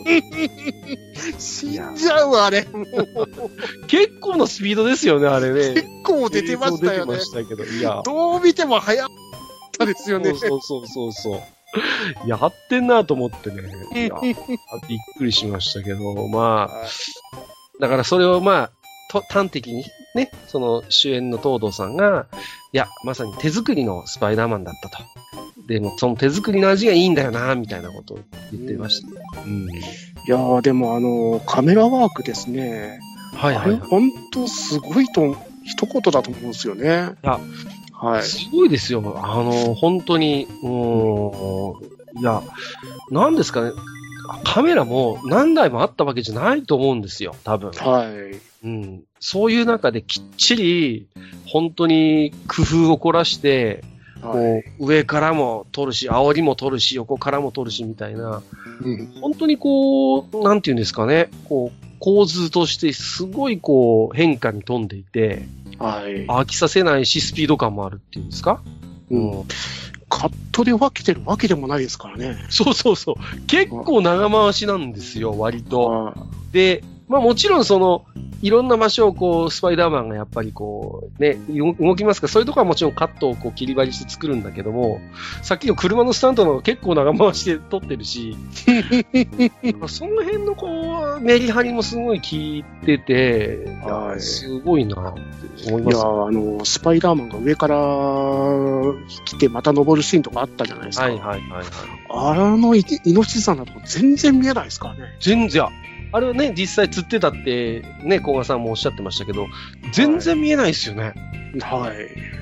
死んじゃうあれ。 結構なスピードですよね、あれね。 結構出てましたよね。 出てましたけど、いや。 どう見ても早かったですよね。 そうそうそうそう。やってんなと思ってね。いやびっくりしましたけど、まあ、だからそれをまあ、と端的にね、その主演の東堂さんが、いや、まさに手作りのスパイダーマンだったと。でも、その手作りの味がいいんだよな、みたいなことを言ってました。うん、いやー、でもあの、カメラワークですね。 はいはい、はい。あれ、 ほんとすごいと、一言だと思うんですよね。 いや、はい。すごいですよ。あの、本当に、うーん、いや、なんですかね。カメラも何台もあったわけじゃないと思うんですよ、多分。 はい。 うん。そういう中できっちり、本当に工夫を凝らして、こう上からも撮るし、煽りも撮るし、横からも撮るし、みたいな、うん、本当にこう、なんていうんですかね、こう、構図としてすごいこう、変化に富んでいて、 はい。 飽きさせないし、スピード感もあるっていうんですか、 うん、カットで分けてるわけでもないですからね。 そうそうそう。結構長回しなんですよ、割と。で、まあもちろんその、いろんな場所をこう、スパイダーマンがやっぱりこう、ね、動きますから、そういうところはもちろんカットをこう切り張りして作るんだけども、さっきの車のスタントの結構長回しで撮ってるし、その辺のこう、メリハリもすごい効いてて、はい、すごいなって思います。 いや、あの、スパイダーマンが上から来てまた登るシーンとかあったじゃないですか。 はいはいはい、はい。 あの、命綱だと全然見えないですからね。 全然。あれはね、実際釣ってたって、ね、古賀さんもおっしゃってましたけど、全然見えないですよね。 はい。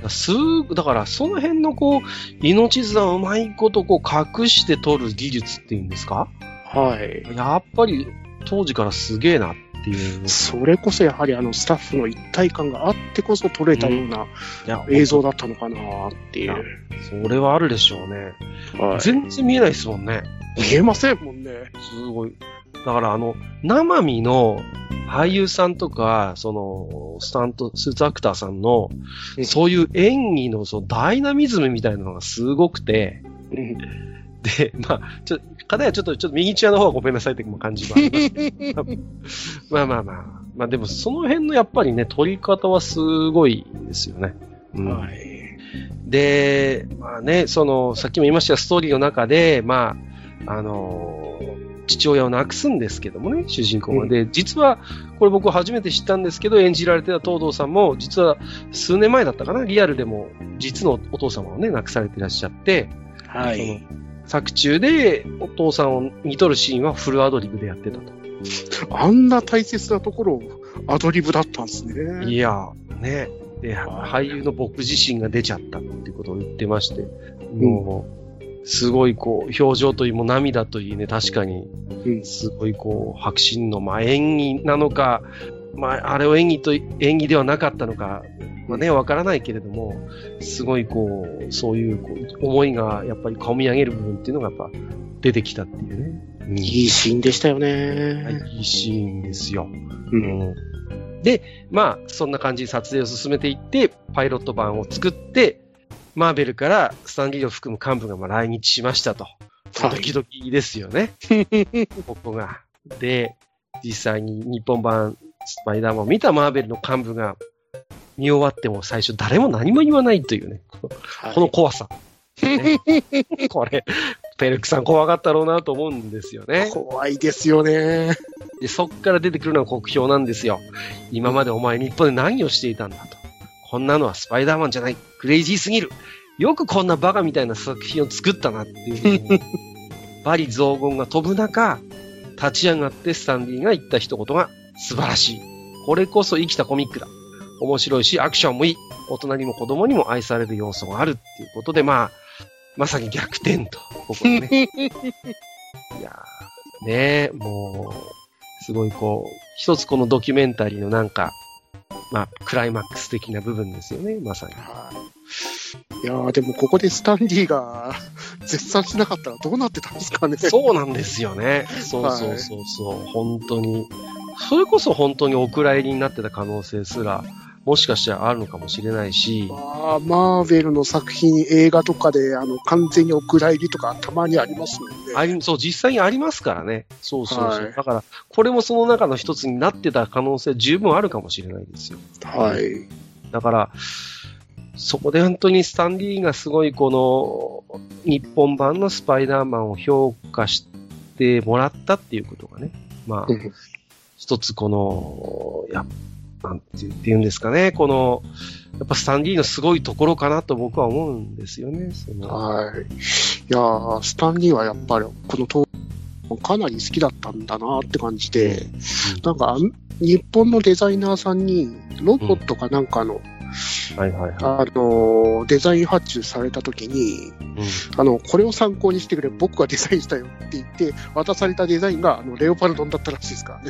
すぐ、だからその辺のこう、命綱をうまいことこう隠して撮る技術っていうんですか？ はい。 やっぱり当時からすげえなっっていう。 それこそやはりあのスタッフの一体感があってこそ撮れたような映像だったのかなっていう。 うん、それはあるでしょうね。はい、全然見えないですもんね。 見えませんもんね。 すごい。だからあの、生身の俳優さんとか、その、スタント、スーツアクターさんの、そういう演技のそのダイナミズムみたいなのがすごくて、うん、で、まあ、ちょっと、かたやちょっと、ちょっと右チアの方はごめんなさいって感じはありますけど。まあまあまあ。まあでもその辺のやっぱりね、撮り方はすごいですよね。うん、はい。で、まあね、その、さっきも言いましたストーリーの中で、まあ、あのー、父親を亡くすんですけどもね、主人公が。で、実は、これ僕初めて知ったんですけど、演じられてた東堂さんも、実は数年前だったかな、リアルでも、実のお父様をね、亡くされていらっしゃって、はい。作中でお父さんを見とるシーンはフルアドリブでやってたと。 あんな大切なところをアドリブだったんですね。 いや、ね。で、俳優の僕自身が出ちゃったっていうことを言ってまして、もう、すごいこう、表情といいも涙といいね、確かに、すごいこう、迫真の、まあ演技なのか、まああれを演技と、演技ではなかったのか、まあね、わからないけれども、すごいこう、そういうこう思いがやっぱり込み上げる部分っていうのがやっぱ出てきたっていうね。 うん、いいシーンでしたよね。 いいシーンですよ。うん、で、まあ、そんな感じで撮影を進めていって、パイロット版を作って、マーベルからスタンリーを含む幹部がまあ来日しましたと。ドキドキですよね。ここが。で、実際に日本版スパイダーマンを見たマーベルの幹部が、見終わっても最初誰も何も言わないというね。はい、この怖さ、ね。これ、ペルクさん怖かったろうなと思うんですよね。 怖いですよね。 で、そっから出てくるのが国評なんですよ。今までお前日本で何をしていたんだと。こんなのはスパイダーマンじゃない。クレイジーすぎる。よくこんなバカみたいな作品を作ったなっていう。罵詈雑言が飛ぶ中、立ち上がってスタンリーが言った一言が素晴らしい。これこそ生きたコミックだ。面白いし、アクションもいい。大人にも子供にも愛される要素があるっていうことで、まあ、まさに逆転と、ここでね。いやー、ねえ、もう、すごいこう、一つこのドキュメンタリーのなんか、まあ、クライマックス的な部分ですよね、まさに。 いやー、でもここでスタンリーが絶賛しなかったらどうなってたんですかね。 そうなんですよね。そうそうそうそう、はい、本当に。それこそ本当にお蔵入りになってた可能性すら、もしかしたらあるのかもしれないし。 あマーベルの作品、映画とかで、あの、完全にお蔵入りとかたまにありますもんね。 あり、そう、実際にありますからね。そうそうそう。はい、だから、これもその中の一つになってた可能性十分あるかもしれないですよ。 はい。 だから、そこで本当にスタンリーがすごいこの、日本版のスパイダーマンを評価してもらったっていうことがね。まあ、一つこの、やなんて言うんですかね、この、やっぱスタンリーのすごいところかなと僕は思うんですよね。そのはい。いやー、スタンリーはやっぱり、この当かなり好きだったんだなって感じで、うん、なんか、日本のデザイナーさんに、ロボットかなんかの、 うんはいはいはい、 あの、デザイン発注されたときに、うん、あの、これを参考にしてくれ、僕がデザインしたよって言って、渡されたデザインが、あの、レオパルドンだったらしいですからね。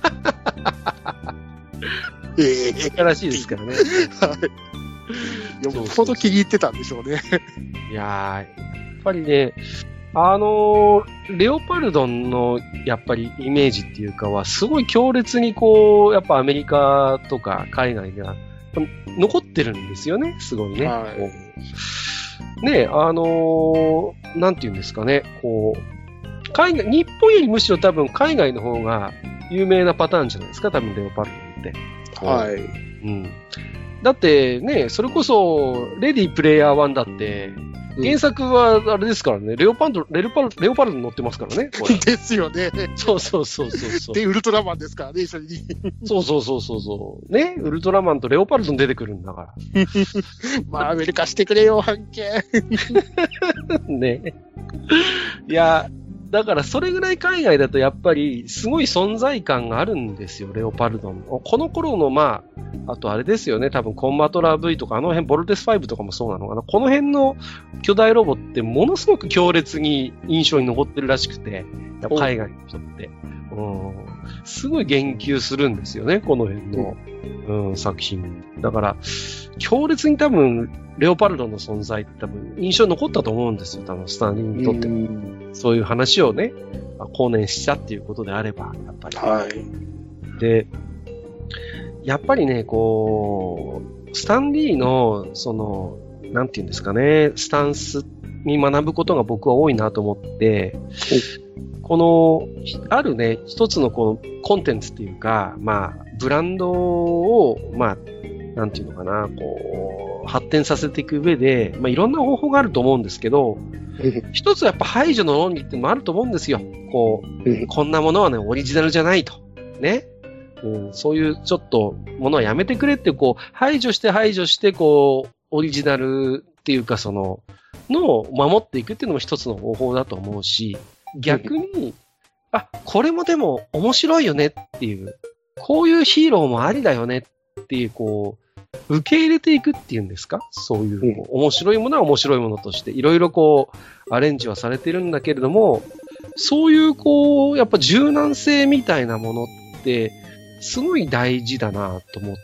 ええー。らしいですからね。はい。 よっぽど気に入ってたんでしょうね。 いやー、やっぱりね、あのー、レオパルドンのやっぱりイメージっていうかは、すごい強烈にこう、やっぱアメリカとか海外が残ってるんですよね、すごいね。はい、ね、あのー、なんていうんですかね、こう、海外、日本よりむしろ多分海外の方が有名なパターンじゃないですか、多分レオパルドンって。 はい。 うん。だってね、それこそ、レディープレイヤーワンだって、原作はあれですからね、レオパルド、レオパルド、レオパルドに乗ってますからね。 ですよね。 そうそうそうそう。 で、ウルトラマンですからね、一緒に。 そうそうそうそうそう。ね、ウルトラマンとレオパルドに出てくるんだから。 マーベル化してくれよ、半径。 ね。いや、だからそれぐらい海外だとやっぱりすごい存在感があるんですよ、レオパルドン。この頃のまあ、あとあれですよね、多分コンバトラー V とかあの辺、ボルテスファイブとかもそうなのかな。この辺の巨大ロボってものすごく強烈に印象に残ってるらしくて、海外の人って。 うん、すごい言及するんですよね、この辺の、うん、作品。だから、強烈に多分、レオパルドの存在って多分印象に残ったと思うんですよ、多分スタンリーにとっても。そういう話をね、後年したっていうことであれば、やっぱり。 はい。 で、やっぱりね、こう、スタンリーの、その、なんていうんですかね、スタンスに学ぶことが僕は多いなと思って、この、あるね、一つのこのコンテンツっていうか、まあ、ブランドを、まあ、なんていうのかな、こう、発展させていく上で、まあ、いろんな方法があると思うんですけど、一つはやっぱ排除の論理っていうのもあると思うんですよ。こう、こんなものはね、オリジナルじゃないと。ね。うん、そういうちょっとものはやめてくれって、こう、排除して排除して、こう、オリジナルっていうか、その、のを守っていくっていうのも一つの方法だと思うし、逆に、あ、これもでも面白いよねっていう、こういうヒーローもありだよねっていう、こう、受け入れていくっていうんですか？そういう、こう面白いものは面白いものとして、いろいろこう、アレンジはされてるんだけれども、そういうこう、やっぱ柔軟性みたいなものって、すごい大事だなと思って、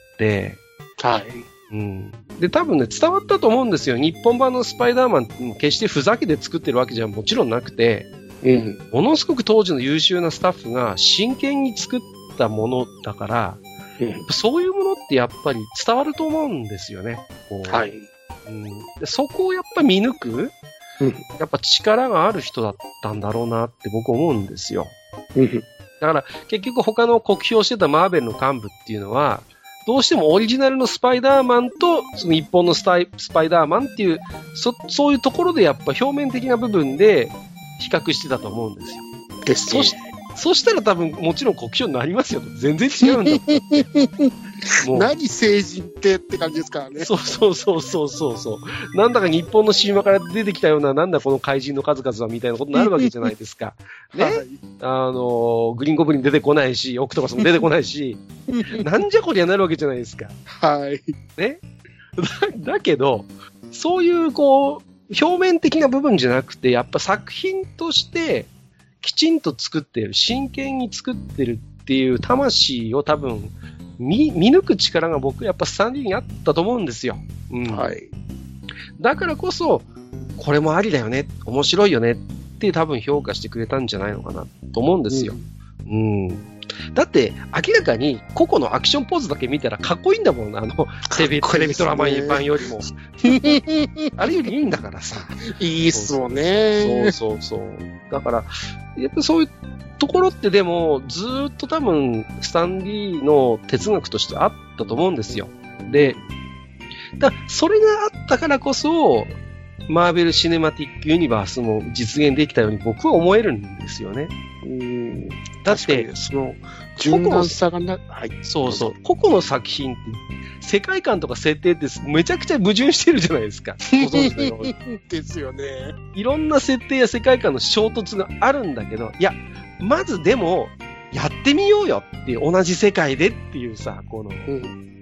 はい。 うん。で、多分ね、伝わったと思うんですよ。日本版のスパイダーマンって決してふざけて作ってるわけじゃもちろんなくて、うん、ものすごく当時の優秀なスタッフが真剣に作ったものだから、うん、そういうものってやっぱり伝わると思うんですよね。こうはい。 うん、でそこをやっぱ見抜く、うん、やっぱ力がある人だったんだろうなって僕思うんですよ。うん、だから結局他の酷評してたマーベルの幹部っていうのは、どうしてもオリジナルのスパイダーマンとその一本のスタイスパイダーマンっていうそ、そういうところでやっぱ表面的な部分で比較してたと思うんですよ。 ですね。 そし、そしたら多分もちろん酷評になりますよ。全然違うんだって。 もう何成人ってって感じですからね。 そうそうそうそうそうそう。なんだか日本の神話から出てきたような、なんだこの怪人の数々はみたいなことになるわけじゃないですか。ね、はい、あの、グリーンゴブリン出てこないし、オクトパスも出てこないし、なんじゃこりゃなるわけじゃないですか。 はい。 ね。だ、だけど、そういうこう、表面的な部分じゃなくて、やっぱ作品としてきちんと作ってる、真剣に作ってるっていう魂を多分、見、見抜く力が僕やっぱスタンリーにあったと思うんですよ。うん。はい。だからこそ、これもありだよね、面白いよねって多分評価してくれたんじゃないのかなと思うんですよ。うん。うん、だって、明らかに個々のアクションポーズだけ見たらかっこいいんだもん、あの、テレビ、テレビドラマ版よりも。あれよりいいんだからさ。 いいっすもんね。 そうそうそう。だから、やっぱそういうところってでも、ずーっと多分、スタンリーの哲学としてあったと思うんですよ。で、だそれがあったからこそ、マーベル・シネマティック・ユニバースも実現できたように僕は思えるんですよね。 うんだって、 その、柔軟さがな、はい。 そうそう。個々の作品って、世界観とか設定ってめちゃくちゃ矛盾してるじゃないですか。ご存知のようにですよね。 いろんな設定や世界観の衝突があるんだけど、いや、まずでも、やってみようよっていう、同じ世界でっていうさ、この、うん、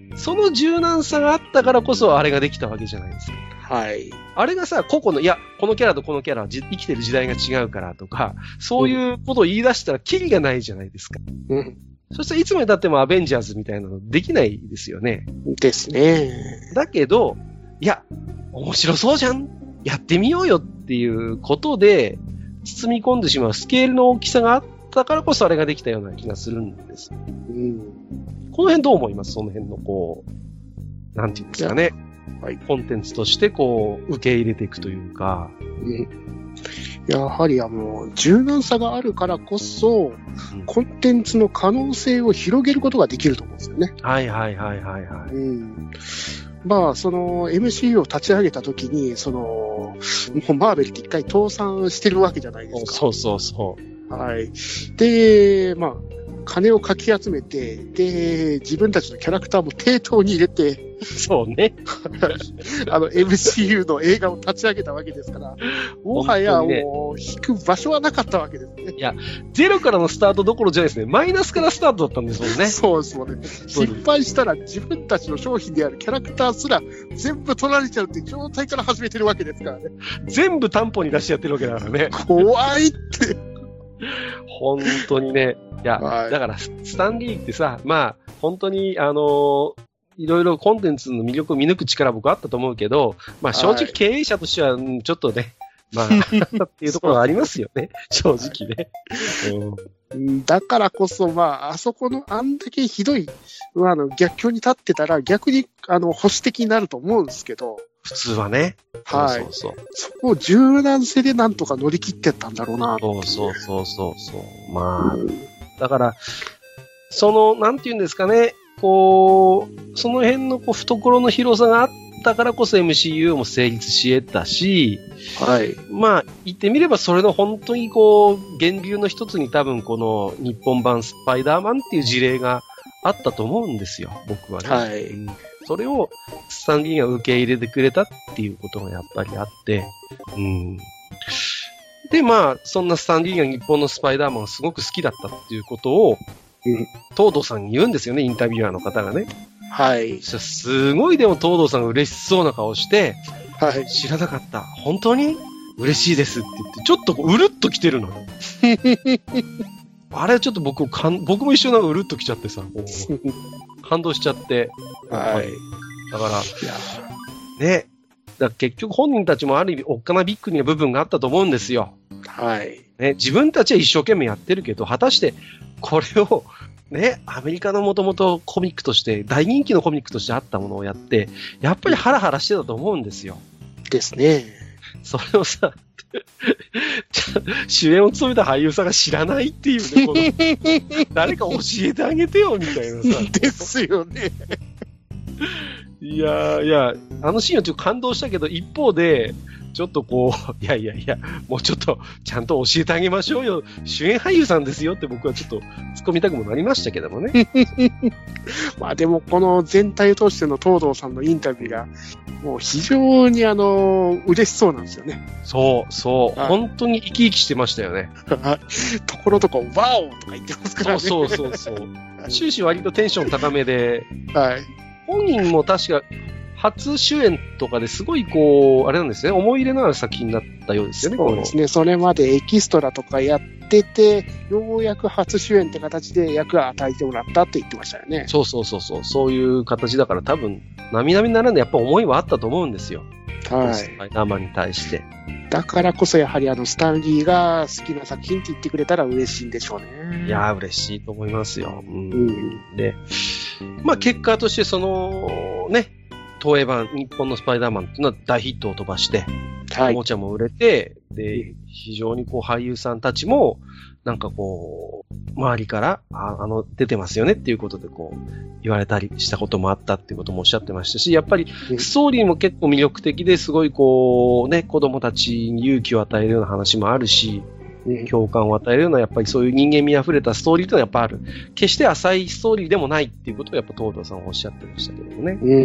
その柔軟さがあったからこそあれができたわけじゃないですか。 はい。 あれがさ、個々の、いや、このキャラとこのキャラは生きてる時代が違うからとか、そういうことを言い出したらキリがないじゃないですか。うん。そしたらいつまで経ってもアベンジャーズみたいなのできないですよね。 ですね。 だけど、いや、面白そうじゃんやってみようよっていうことで、包み込んでしまうスケールの大きさがあったからこそあれができたような気がするんです。うん。この辺どう思います？その辺のこう、なんていうんですかね。はい、コンテンツとしてこう、受け入れていくというか。 うん、やはりあの、柔軟さがあるからこそ、うん、コンテンツの可能性を広げることができると思うんですよね。 はいはいはいはいはい。うん、 まあ、その エムシーユー を立ち上げたときに、その、もうマーベルって一回倒産してるわけじゃないですか。 そうそうそう。 はい。で、まあ、金をかき集めて、で、自分たちのキャラクターも抵当に入れて、 そうね。 あの、エムシーユー の映画を立ち上げたわけですから、もはやもう、引く場所はなかったわけですね。 いや、ゼロからのスタートどころじゃないですね。マイナスからスタートだったんですもんね。 そうですもんね。失敗したら自分たちの商品であるキャラクターすら全部取られちゃうっていう状態から始めてるわけですからね。 全部担保に出してやってるわけだからね。 怖いって。 本当にね。いや、はい、だからスタンリーってさ、まあ、本当に、あのー、いろいろコンテンツの魅力を見抜く力僕あったと思うけど、まあ正直経営者としては、ちょっとね、まあ、っていうところはありますよね。正直ね。 うん、だからこそ、まあ、あそこのあんだけひどい、まあ、あの逆境に立ってたら逆にあの保守的になると思うんですけど。 普通はね。 はい。そうそうそう。そこを柔軟性でなんとか乗り切ってったんだろうな。 そうそうそうそうそう。まあ、うん、だから、その、なんていうんですかね、こう、その辺のこう懐の広さがあったからこそ エムシーユー も成立し得たし、 はい。 まあ、言ってみればそれの本当にこう、源流の一つに多分この日本版スパイダーマンっていう事例があったと思うんですよ、僕はね。 はい。 それをスタンリーが受け入れてくれたっていうことがやっぱりあって、うん。で、まあ、そんなスタンリーが日本のスパイダーマンがすごく好きだったっていうことを、うん、東堂さんに言うんですよね、インタビュアーの方がね。 はい。 すごいでも東堂さんが嬉しそうな顔して、 はい。 知らなかった。本当に嬉しいですって言って、ちょっとうるっと来てるのよ。あれちょっと僕かん、僕も一緒なんかうるっと来ちゃってさ、感動しちゃって。 はい。 だから、ね。だから結局本人たちもある意味おっかなびっくりな部分があったと思うんですよ。 はい。 ね、自分たちは一生懸命やってるけど、果たしてこれを、ね、アメリカのもともとコミックとして、大人気のコミックとしてあったものをやって、やっぱりハラハラしてたと思うんですよ。 ですね。 それをさ、主演を務めた俳優さんが知らないっていうね、この誰か教えてあげてよ、みたいなさ。 ですよね。 いやいや、あのシーンはちょっと感動したけど、一方で、ちょっとこう、いやいやいや、もうちょっと、ちゃんと教えてあげましょうよ。主演俳優さんですよって僕はちょっと突っ込みたくもなりましたけどもね。 まあでも、この全体を通しての東堂さんのインタビューが、もう非常にあの、嬉しそうなんですよね。 そう、そう。本当に生き生きしてましたよね。 ところどころ、ワオとか言ってますからね。 そうそうそうそう。終始割とテンション高めで、 はい。 本人も確か、初主演とかですごいこう、あれなんですね、思い入れのある作品だったようですよね。 そうですね。それまでエキストラとかやってて、ようやく初主演って形で役を与えてもらったって言ってましたよね。 そうそうそうそう。そういう形だから多分、並々ならぬやっぱ思いはあったと思うんですよ。 はい。 スパイダーマンに対して。 だからこそやはりあの、スタンリーが好きな作品って言ってくれたら嬉しいんでしょうね。 いやー、嬉しいと思いますよ。うん。うん、で、まあ結果としてその、ね、東映版、日本のスパイダーマンっていうのは大ヒットを飛ばして、はい、おもちゃも売れて、で、非常にこう俳優さんたちも、なんかこう、周りから、あ, あの、出てますよねっていうことでこう、言われたりしたこともあったっていうこともおっしゃってましたし、やっぱりストーリーも結構魅力的ですごいこう、ね、子供たちに勇気を与えるような話もあるし、共感を与えるような、やっぱりそういう人間味あふれたストーリーというのはやっぱある。決して浅いストーリーでもないっていうことをやっぱ東堂さんはおっしゃってましたけどもね。 うん。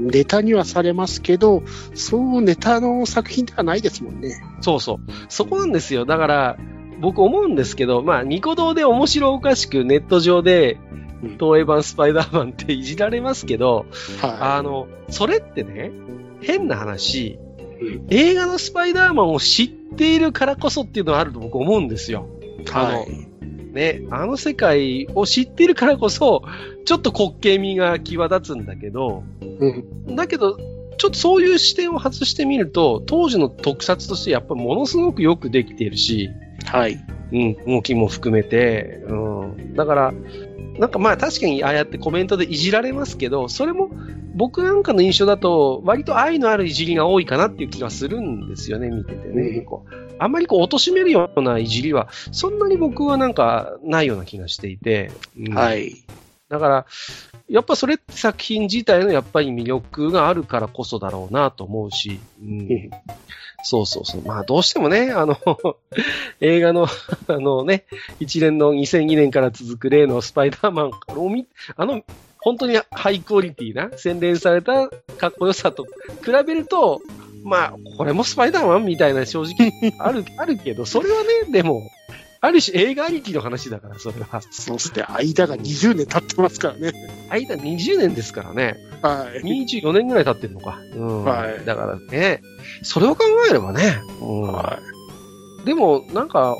ネタにはされますけど、そうネタの作品ではないですもんね。 そうそう。そこなんですよ。だから、僕思うんですけど、まあ、ニコ動で面白おかしくネット上で、東映版スパイダーマンっていじられますけど、はい、あの、それってね、変な話、映画のスパイダーマンを知っているからこそっていうのはあると僕思うんですよ。あの、はい、ね、あの世界を知っているからこそ、ちょっと滑稽味が際立つんだけど、うん、だけど、ちょっとそういう視点を外してみると、当時の特撮としてやっぱりものすごくよくできているし、 はい。 うん、動きも含めて、うん。だから、なんかまあ確かにああやってコメントでいじられますけど、それも僕なんかの印象だと割と愛のあるいじりが多いかなっていう気がするんですよね、見ててね。うん、こうあんまりこう貶めるようないじりはそんなに僕はなんかないような気がしていて。 うん、はい。 だから、やっぱそれって作品自体のやっぱり魅力があるからこそだろうなと思うし。うん、そうそうそう。まあどうしてもね、あの、映画の、あのね、一連のにせんにねんから続く例のスパイダーマンを見、あの、本当にハイクオリティな洗練されたかっこよさと比べると、まあ、これもスパイダーマンみたいな正直ある、あるけど、それはね、でも、ある種映画ありきの話だから、それは。 そして間がにじゅうねん経ってますからね。 間にじゅうねんですからね。 はい。 にじゅうよねんぐらい経ってるのか。うん。はい。だからね、それを考えればね。うん。はい。でも、なんか、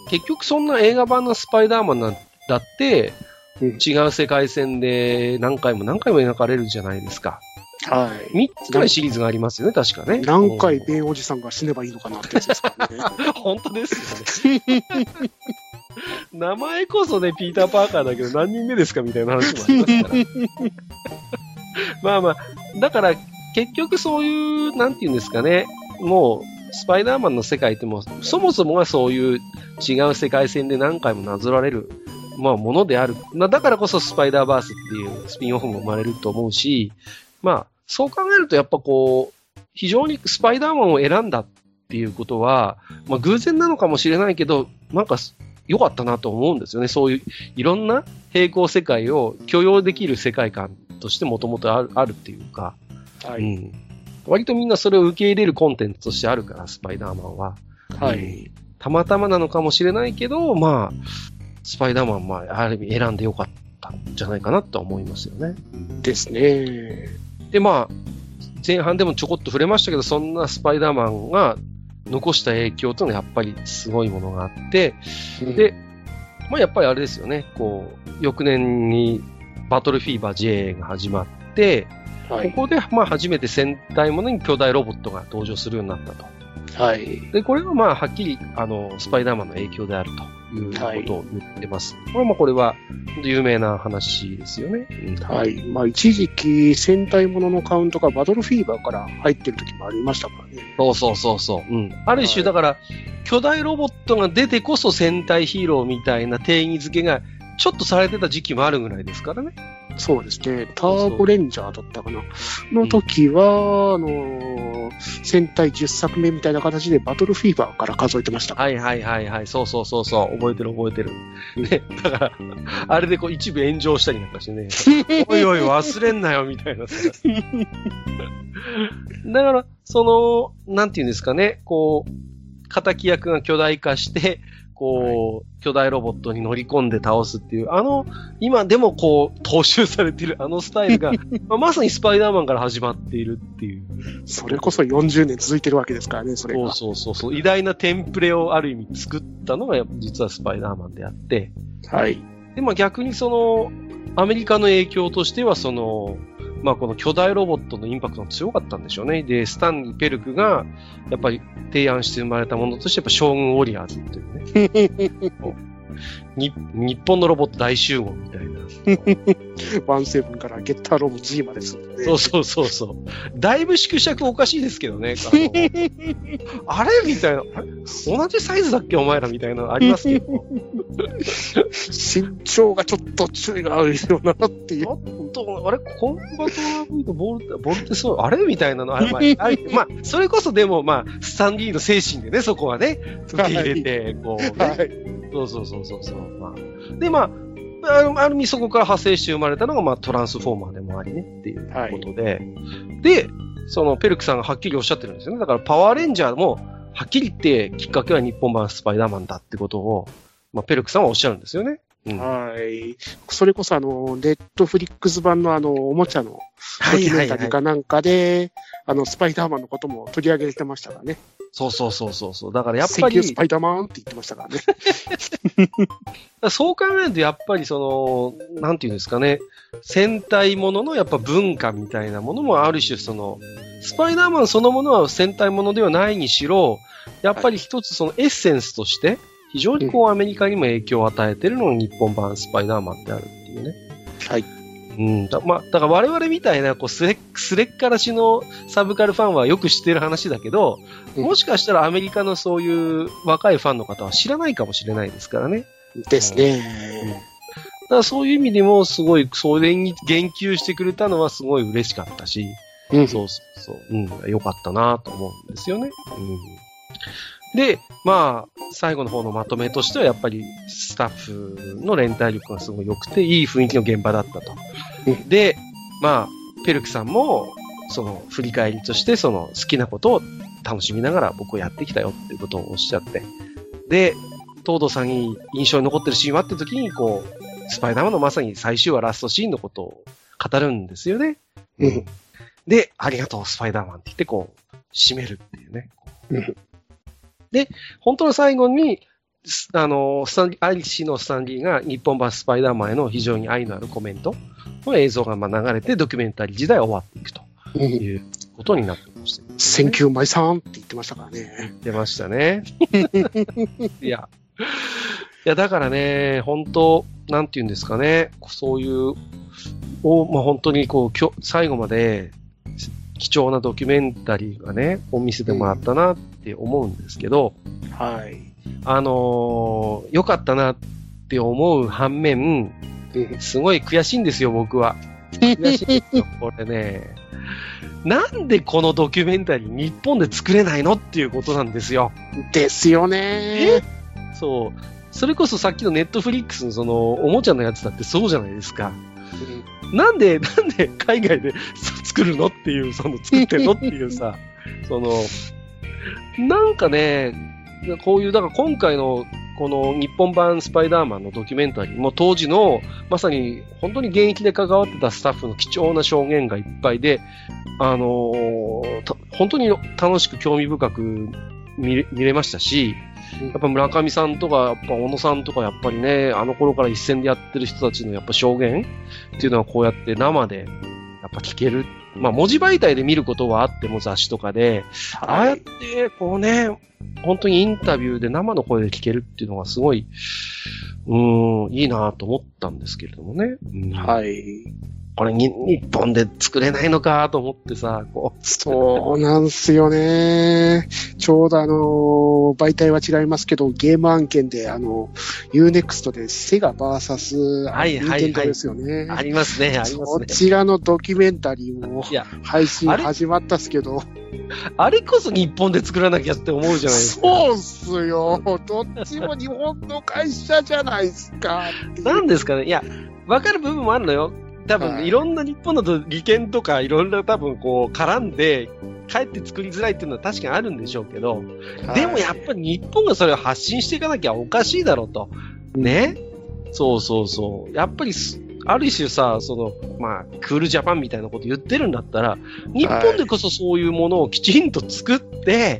結局そんな映画版のスパイダーマンなんだって、うん、違う世界線で何回も何回も描かれるじゃないですか。 はい。 みっつくらいシリーズがありますよね、確かね。 何回ベンおじさんが死ねばいいのかなってやつですからね。 本当ですよね。名前こそね、ピーター・パーカーだけど何人目ですかみたいな話もありますから。まあまあ、だから結局そういう、なんていうんですかね、もう、スパイダーマンの世界ってもう、そもそもがそういう違う世界線で何回もなぞられる、まあ、ものである。まあ、だからこそスパイダーバースっていうスピンオフも生まれると思うし、まあ、そう考えるとやっぱこう、非常にスパイダーマンを選んだっていうことは、まあ、偶然なのかもしれないけど、なんか良かったなと思うんですよね。そういういろんな平行世界を許容できる世界観としてもともとある、あるっていうか、はい、うん。割とみんなそれを受け入れるコンテンツとしてあるから、スパイダーマンは。はい。うん、たまたまなのかもしれないけど、まあ、スパイダーマンはある意味選んでよかったんじゃないかなと思いますよね。 ですね。 で、まあ、前半でもちょこっと触れましたけど、そんなスパイダーマンが残した影響というのはやっぱりすごいものがあって、うん、で、まあやっぱりあれですよね、こう、翌年にバトルフィーバー ジェイ が始まって、はい、ここで、まあ、初めて戦隊ものに巨大ロボットが登場するようになったと。はい。で、これはまあ、はっきり、あの、スパイダーマンの影響であるということを言ってます。はい、これはまあ、これは、有名な話ですよね。 うん、はい。まあ、一時期、戦隊もののカウントがバトルフィーバーから入ってる時もありましたからね。 そうそうそうそう。うん。ある種、だから、はい、巨大ロボットが出てこそ戦隊ヒーローみたいな定義づけが、ちょっとされてた時期もあるぐらいですからね。 そうですね。ターボレンジャーだったかな。の時は、うん、あの、戦隊じゅっさくめみたいな形でバトルフィーバーから数えてました。 はいはいはいはい。そうそうそうそう。覚えてる覚えてる。ね。だから、あれでこう一部炎上したりなんかしてね。おいおい忘れんなよみたいなさ。だから、その、なんていうんですかね。こう、敵役が巨大化して、こう、はい、巨大ロボットに乗り込んで倒すっていう、あの、今でもこう、踏襲されているあのスタイルが、まあ、まさにスパイダーマンから始まっているっていう。 それこそよんじゅうねん続いてるわけですからね、それが。 そうそうそう。偉大なテンプレをある意味作ったのが、実はスパイダーマンであって。はい。で、まあ逆にその、アメリカの影響としては、その、まあこの巨大ロボットのインパクトが強かったんでしょうね。で、スタンリー・ペルクが、やっぱり提案して生まれたものとして、やっぱ将軍ウォリアーズというね。に日本のロボット大集合みたいな。 ワンセブンからゲッターロボ G までする、 ね。そうそうそうそう。だいぶ縮尺おかしいですけどね。あ, あれみたいな。同じサイズだっけお前らみたいなのありますけど。 身長がちょっと注意が合うようなっていう。 あれコンバトラー V とボルテ、ボルテそう、あれみたいなのあ、まあ、あまあ、それこそでも、まあ、スタンリーの精神でね、そこはね、受け入れて、こう、ね。はい、そうそうそうそうそう。まあ、で、まあ、ある、ある意味そこから派生して生まれたのが、まあ、トランスフォーマーでもありね、っていうことで。はい、で、その、ペルクさんがはっきりおっしゃってるんですよね。だから、パワーレンジャーも、はっきり言って、きっかけは日本版スパイダーマンだってことを、まあ、ペルクさんはおっしゃるんですよね。うん、 はい。それこそあの、ネットフリックス版のあの、おもちゃのドキュメンタリーかなんかで、はいはいはい、あの、スパイダーマンのことも取り上げてましたからね。 そうそうそうそうそう。だからやっぱり。 スパイダーマンって言ってましたからね。 そう考えるとやっぱりその、なんていうんですかね、戦隊もののやっぱ文化みたいなものもある種その、スパイダーマンそのものは戦隊ものではないにしろ、やっぱり一つそのエッセンスとして、非常にこうアメリカにも影響を与えているのが日本版スパイダーマンであるっていうね。はい。うん。だ、まあ、だから我々みたいな、こう、スレッ、スレッカラシのサブカルファンはよく知っている話だけど、もしかしたらアメリカのそういう若いファンの方は知らないかもしれないですからね。 ですね。 うん。だからそういう意味でもすごい、それに言及してくれたのはすごい嬉しかったし、うん、そうそうそう、うん、よかったなと思うんですよね。うんで、まあ、最後の方のまとめとしては、やっぱりスタッフの連帯力がすごい良くて、いい雰囲気の現場だったと。で、まあ、ペルクさんも、その、振り返りとして、その、好きなことを楽しみながら僕をやってきたよっていうことをおっしゃって。で、東堂さんに印象に残ってるシーンはって時に、こう、スパイダーマンのまさに最終話ラストシーンのことを語るんですよね。うん、で、ありがとう、スパイダーマンって言って、こう、締めるっていうね。うんで、本当の最後に、 あの、スタンリー、アイリッシュのスタンリーが日本版スパイダーマンへの非常に愛のあるコメントの映像がまあ流れてドキュメンタリー時代は終わっていくということになってました、ね。 センキューマイさんって言ってましたからね。 言ってましたね。いや。いや、だからね、本当なんて言うんですかね、そういう、を、まあ、本当にこう、今日、最後まで、貴重なドキュメンタリーがね、を見せてもらったなって思うんですけど、 はい。 あのー、良かったなって思う反面、すごい悔しいんですよ、僕は。悔しいんですよ、これね。なんでこのドキュメンタリー日本で作れないのっていうことなんですよ。 ですよね。 そう。それこそさっきのネットフリックスのそのおもちゃのやつだってそうじゃないですか。うん、なんで、なんで海外で作るのっていう、その作ってんのっていうさ、その、なんかね、こういう、だから今回のこの日本版スパイダーマンのドキュメンタリーも当時のまさに本当に現役で関わってたスタッフの貴重な証言がいっぱいで、あのー、本当に楽しく興味深く見れ、見れましたし、やっぱ村上さんとか、やっぱ小野さんとかやっぱりね、あの頃から一線でやってる人たちのやっぱ証言っていうのはこうやって生でやっぱ聞ける。まあ文字媒体で見ることはあっても雑誌とかで、はい、ああやってこうね、本当にインタビューで生の声で聞けるっていうのがすごい、うーん、いいなと思ったんですけれどもね。うん、 はい。 これに日本で作れないのかと思ってさ、こう。 そうなんすよね。ちょうどあの、媒体は違いますけど、ゲーム案件であの、ユーネクストでセガバーサスはいはいはい。 ニンテンドーですよね。 ありますね、ありますね。 こちらのドキュメンタリーも配信始まったっすけど。 あれこそ日本で作らなきゃって思うじゃないですか。 そうっすよ。どっちも日本の会社じゃないですか。 なんですかね。いや、わかる部分もあるのよ。多分、はい、いろんな日本の利権とかいろんな多分こう絡んでかえって作りづらいっていうのは確かにあるんでしょうけど、はい、でもやっぱり日本がそれを発信していかなきゃおかしいだろうと。ね、うん、そうそうそう。やっぱりある種さ、その、まあ、クールジャパンみたいなこと言ってるんだったら、日本でこそそういうものをきちんと作って、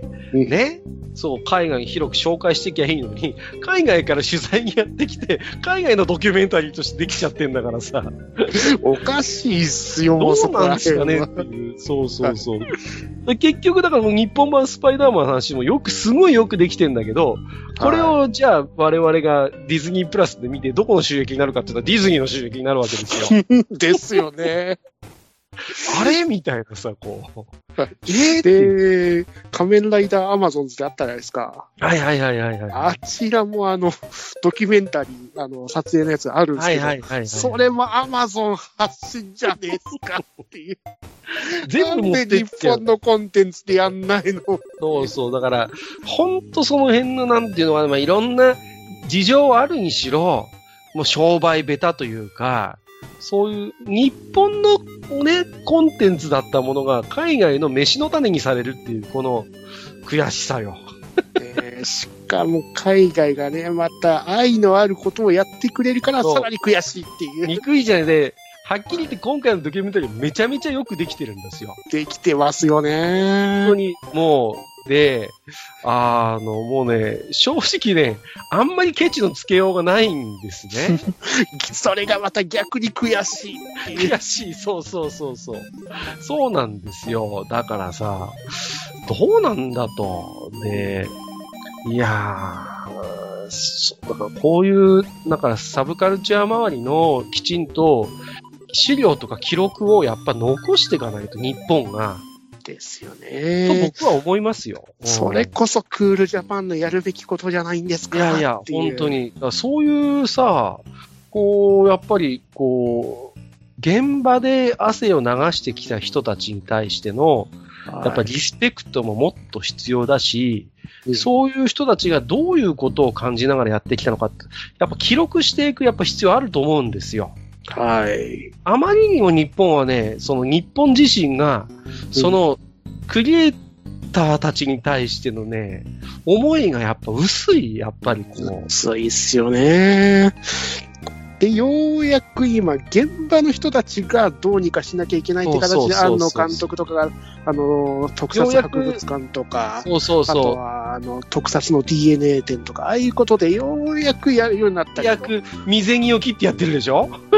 はい、ね、そう、海外に広く紹介していきゃいいのに、海外から取材にやってきて、海外のドキュメンタリーとしてできちゃってんだからさ。 おかしいっすよ、 どうなんですかねっていう。そうそうそう。はい、結局、だから日本版スパイダーマンの話もよく、すごいよくできてんだけど、これをじゃあ我々がディズニープラスで見てどこの収益になるかって言ったらディズニーの収益になるわけですよ。 ですよね。 あれみたいなさ、こう。 えー、で、仮面ライダーアマゾンズであったじゃないですか。 はいはいはいはい、はい。 あちらもあの、ドキュメンタリー、あの、撮影のやつあるんですけど、はいはいはいはい、それもアマゾン発信じゃねえですかっていう。全部持ってっちゃう。なんで日本のコンテンツでやんないの？ そうそう。だから、ほんとその辺のなんていうのは、まあ、いろんな事情あるにしろ、もう商売ベタというか、そういう日本のね、コンテンツだったものが海外の飯の種にされるっていう、この悔しさよ。 えー、しかも海外がね、また愛のあることをやってくれるからさらに悔しいっていう。 憎いじゃないで、はっきり言って今回のドキュメンタリーめちゃめちゃよくできてるんですよ。 できてますよね。 本当に、もう、で、あの、もうね、正直ね、あんまりケチのつけようがないんですね。 それがまた逆に悔しい。 悔しい、そうそうそうそう。そうなんですよ。だからさ、どうなんだと。で、いやー、そだからこういう、なんかサブカルチャー周りのきちんと資料とか記録をやっぱ残していかないと日本が、 ですよね。 と僕は思いますよ。 それこそクールジャパンのやるべきことじゃないんですか。 いやいや、本当に。そういうさ、こう、やっぱり、こう、現場で汗を流してきた人たちに対しての、やっぱりリスペクトももっと必要だし、うん、そういう人たちがどういうことを感じながらやってきたのかって、やっぱ記録していくやっぱ必要あると思うんですよ。 はい。 あまりにも日本はね、その日本自身が、そのクリエイターたちに対してのね、思いがやっぱ薄い、やっぱりこう。 薄いっすよね。 で、ようやく今、現場の人たちがどうにかしなきゃいけないって形で、庵野監督とかが、あの、特撮博物館とか、 そうそうそう。 あとは、あの、特撮の ディーエヌエー 展とか、ああいうことでようやくやるようになったけど。 ようやく、未然を切ってやってるでしょ、 うん、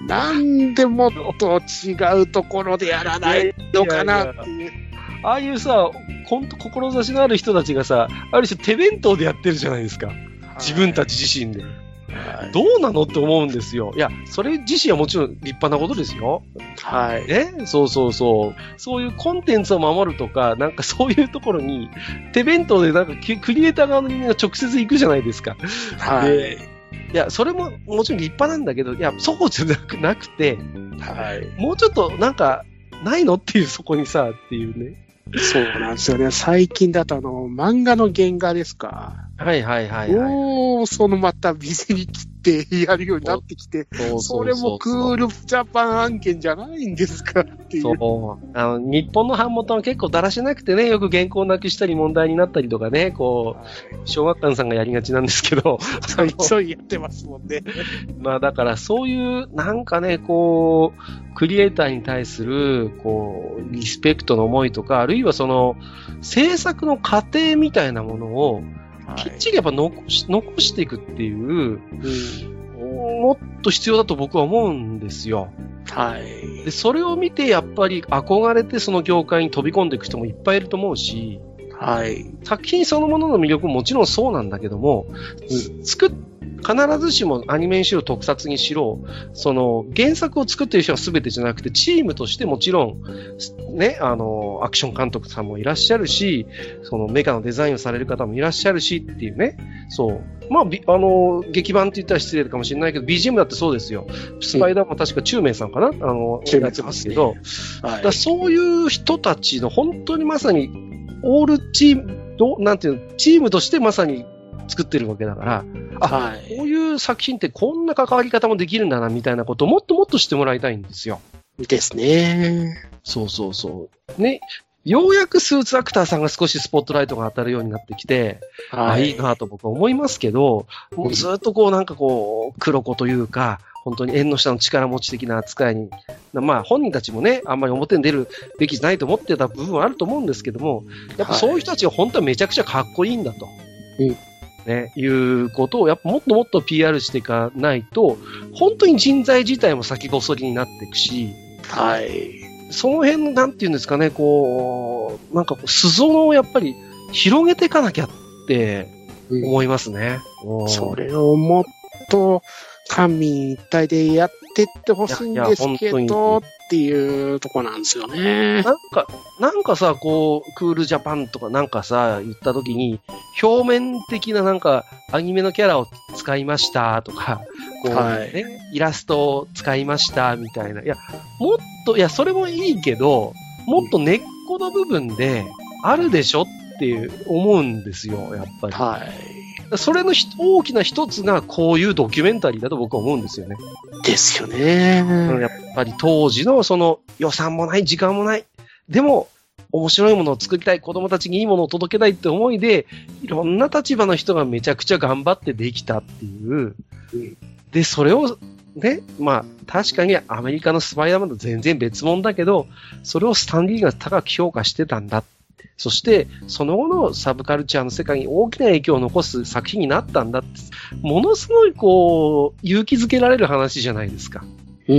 なんでもっと違うところでやらないのかなっていう。いやいやああいうさ、ほんと志のある人たちがさ、ある種手弁当でやってるじゃないですか。自分たち自身で。はい、どうなのって思うんですよ。いや、それ自身はもちろん立派なことですよ。 はい。 ね、そうそうそう。そういうコンテンツを守るとか、なんかそういうところに、手弁当でなんかクリエイター側の人間が直接行くじゃないですか。 はい。 いや、それももちろん立派なんだけど、いや、そうじゃなくなくて、はい。もうちょっとなんか、ないのっていう、そこにさ、っていうね。 そうなんですよね。最近だとあの、漫画の原画ですか。 はいはいはい、はい。 おー、そのまた店に切ってやるようになってきて、そうそうそうそう、それもクールジャパン案件じゃないんですかっていう。 そう。あの、日本の版元は結構だらしなくてね、よく原稿なくしたり問題になったりとかね、こう、はい、小学館さんがやりがちなんですけど。 ちょいちょいやってますもんね。 まあだからそういう、なんかね、こう、クリエイターに対する、こう、リスペクトの思いとか、あるいはその、制作の過程みたいなものを、きっちりやっぱ残し、残していくっていう、うん、もっと必要だと僕は思うんですよ。 はい。 で、それを見てやっぱり憧れてその業界に飛び込んでいく人もいっぱいいると思うし、 はい。 作品そのものの魅力ももちろんそうなんだけども、うん、作っ必ずしもアニメにしろ特撮にしろ、その原作を作っている人は全てじゃなくて、チームとしてもちろん、ね、あの、アクション監督さんもいらっしゃるし、そのメカのデザインをされる方もいらっしゃるしっていうね。そう。まあ、あの、劇版って言ったら失礼かもしれないけど、ビージーエム だってそうですよ。スパイダーマン確か中明さんかなあの、やってますけど、はい、だそういう人たちの本当にまさに、オールチーム、どう、なんていうの、チームとしてまさに作ってるわけだから、あ、はい、こういう作品ってこんな関わり方もできるんだな、みたいなことをもっともっとしてもらいたいんですよ。 ですね。 そうそうそう。ね。ようやくスーツアクターさんが少しスポットライトが当たるようになってきて、はい、あ、いいなと僕は思いますけど、もうずっとこうなんかこう、黒子というか、本当に縁の下の力持ち的な扱いに、まあ本人たちもね、あんまり表に出るべきじゃないと思ってた部分はあると思うんですけども、やっぱそういう人たちが本当はめちゃくちゃかっこいいんだと。うんね、いうことをやっぱもっともっと ピーアール していかないと、本当に人材自体も先細りになっていくし、はい。その辺のなんていうんですかね、こう、なんかこう、裾野をやっぱり広げていかなきゃって思いますね。 うん、それをもっと官民一体でやってってほしいんですけど、っていうとこなんですよね。 なんか、なんかさ、こう、クールジャパンとかなんかさ、言った時に、表面的ななんか、アニメのキャラを使いましたとか、こう、はい、ね、イラストを使いましたみたいな。いや、もっと、いや、それもいいけど、もっと根っこの部分であるでしょっていう思うんですよ、やっぱり。はい。それの大きな一つがこういうドキュメンタリーだと僕は思うんですよね。 ですよね。 やっぱり当時のその予算もない時間もない。でも面白いものを作りたい、子供たちにいいものを届けたいって思いで、いろんな立場の人がめちゃくちゃ頑張ってできたっていう。うん、で、それをね、まあ確かにアメリカのスパイダーマンと全然別物だけど、それをスタンリーが高く評価してたんだ。そして、その後のサブカルチャーの世界に大きな影響を残す作品になったんだって、ものすごいこう、勇気づけられる話じゃないですか。うん。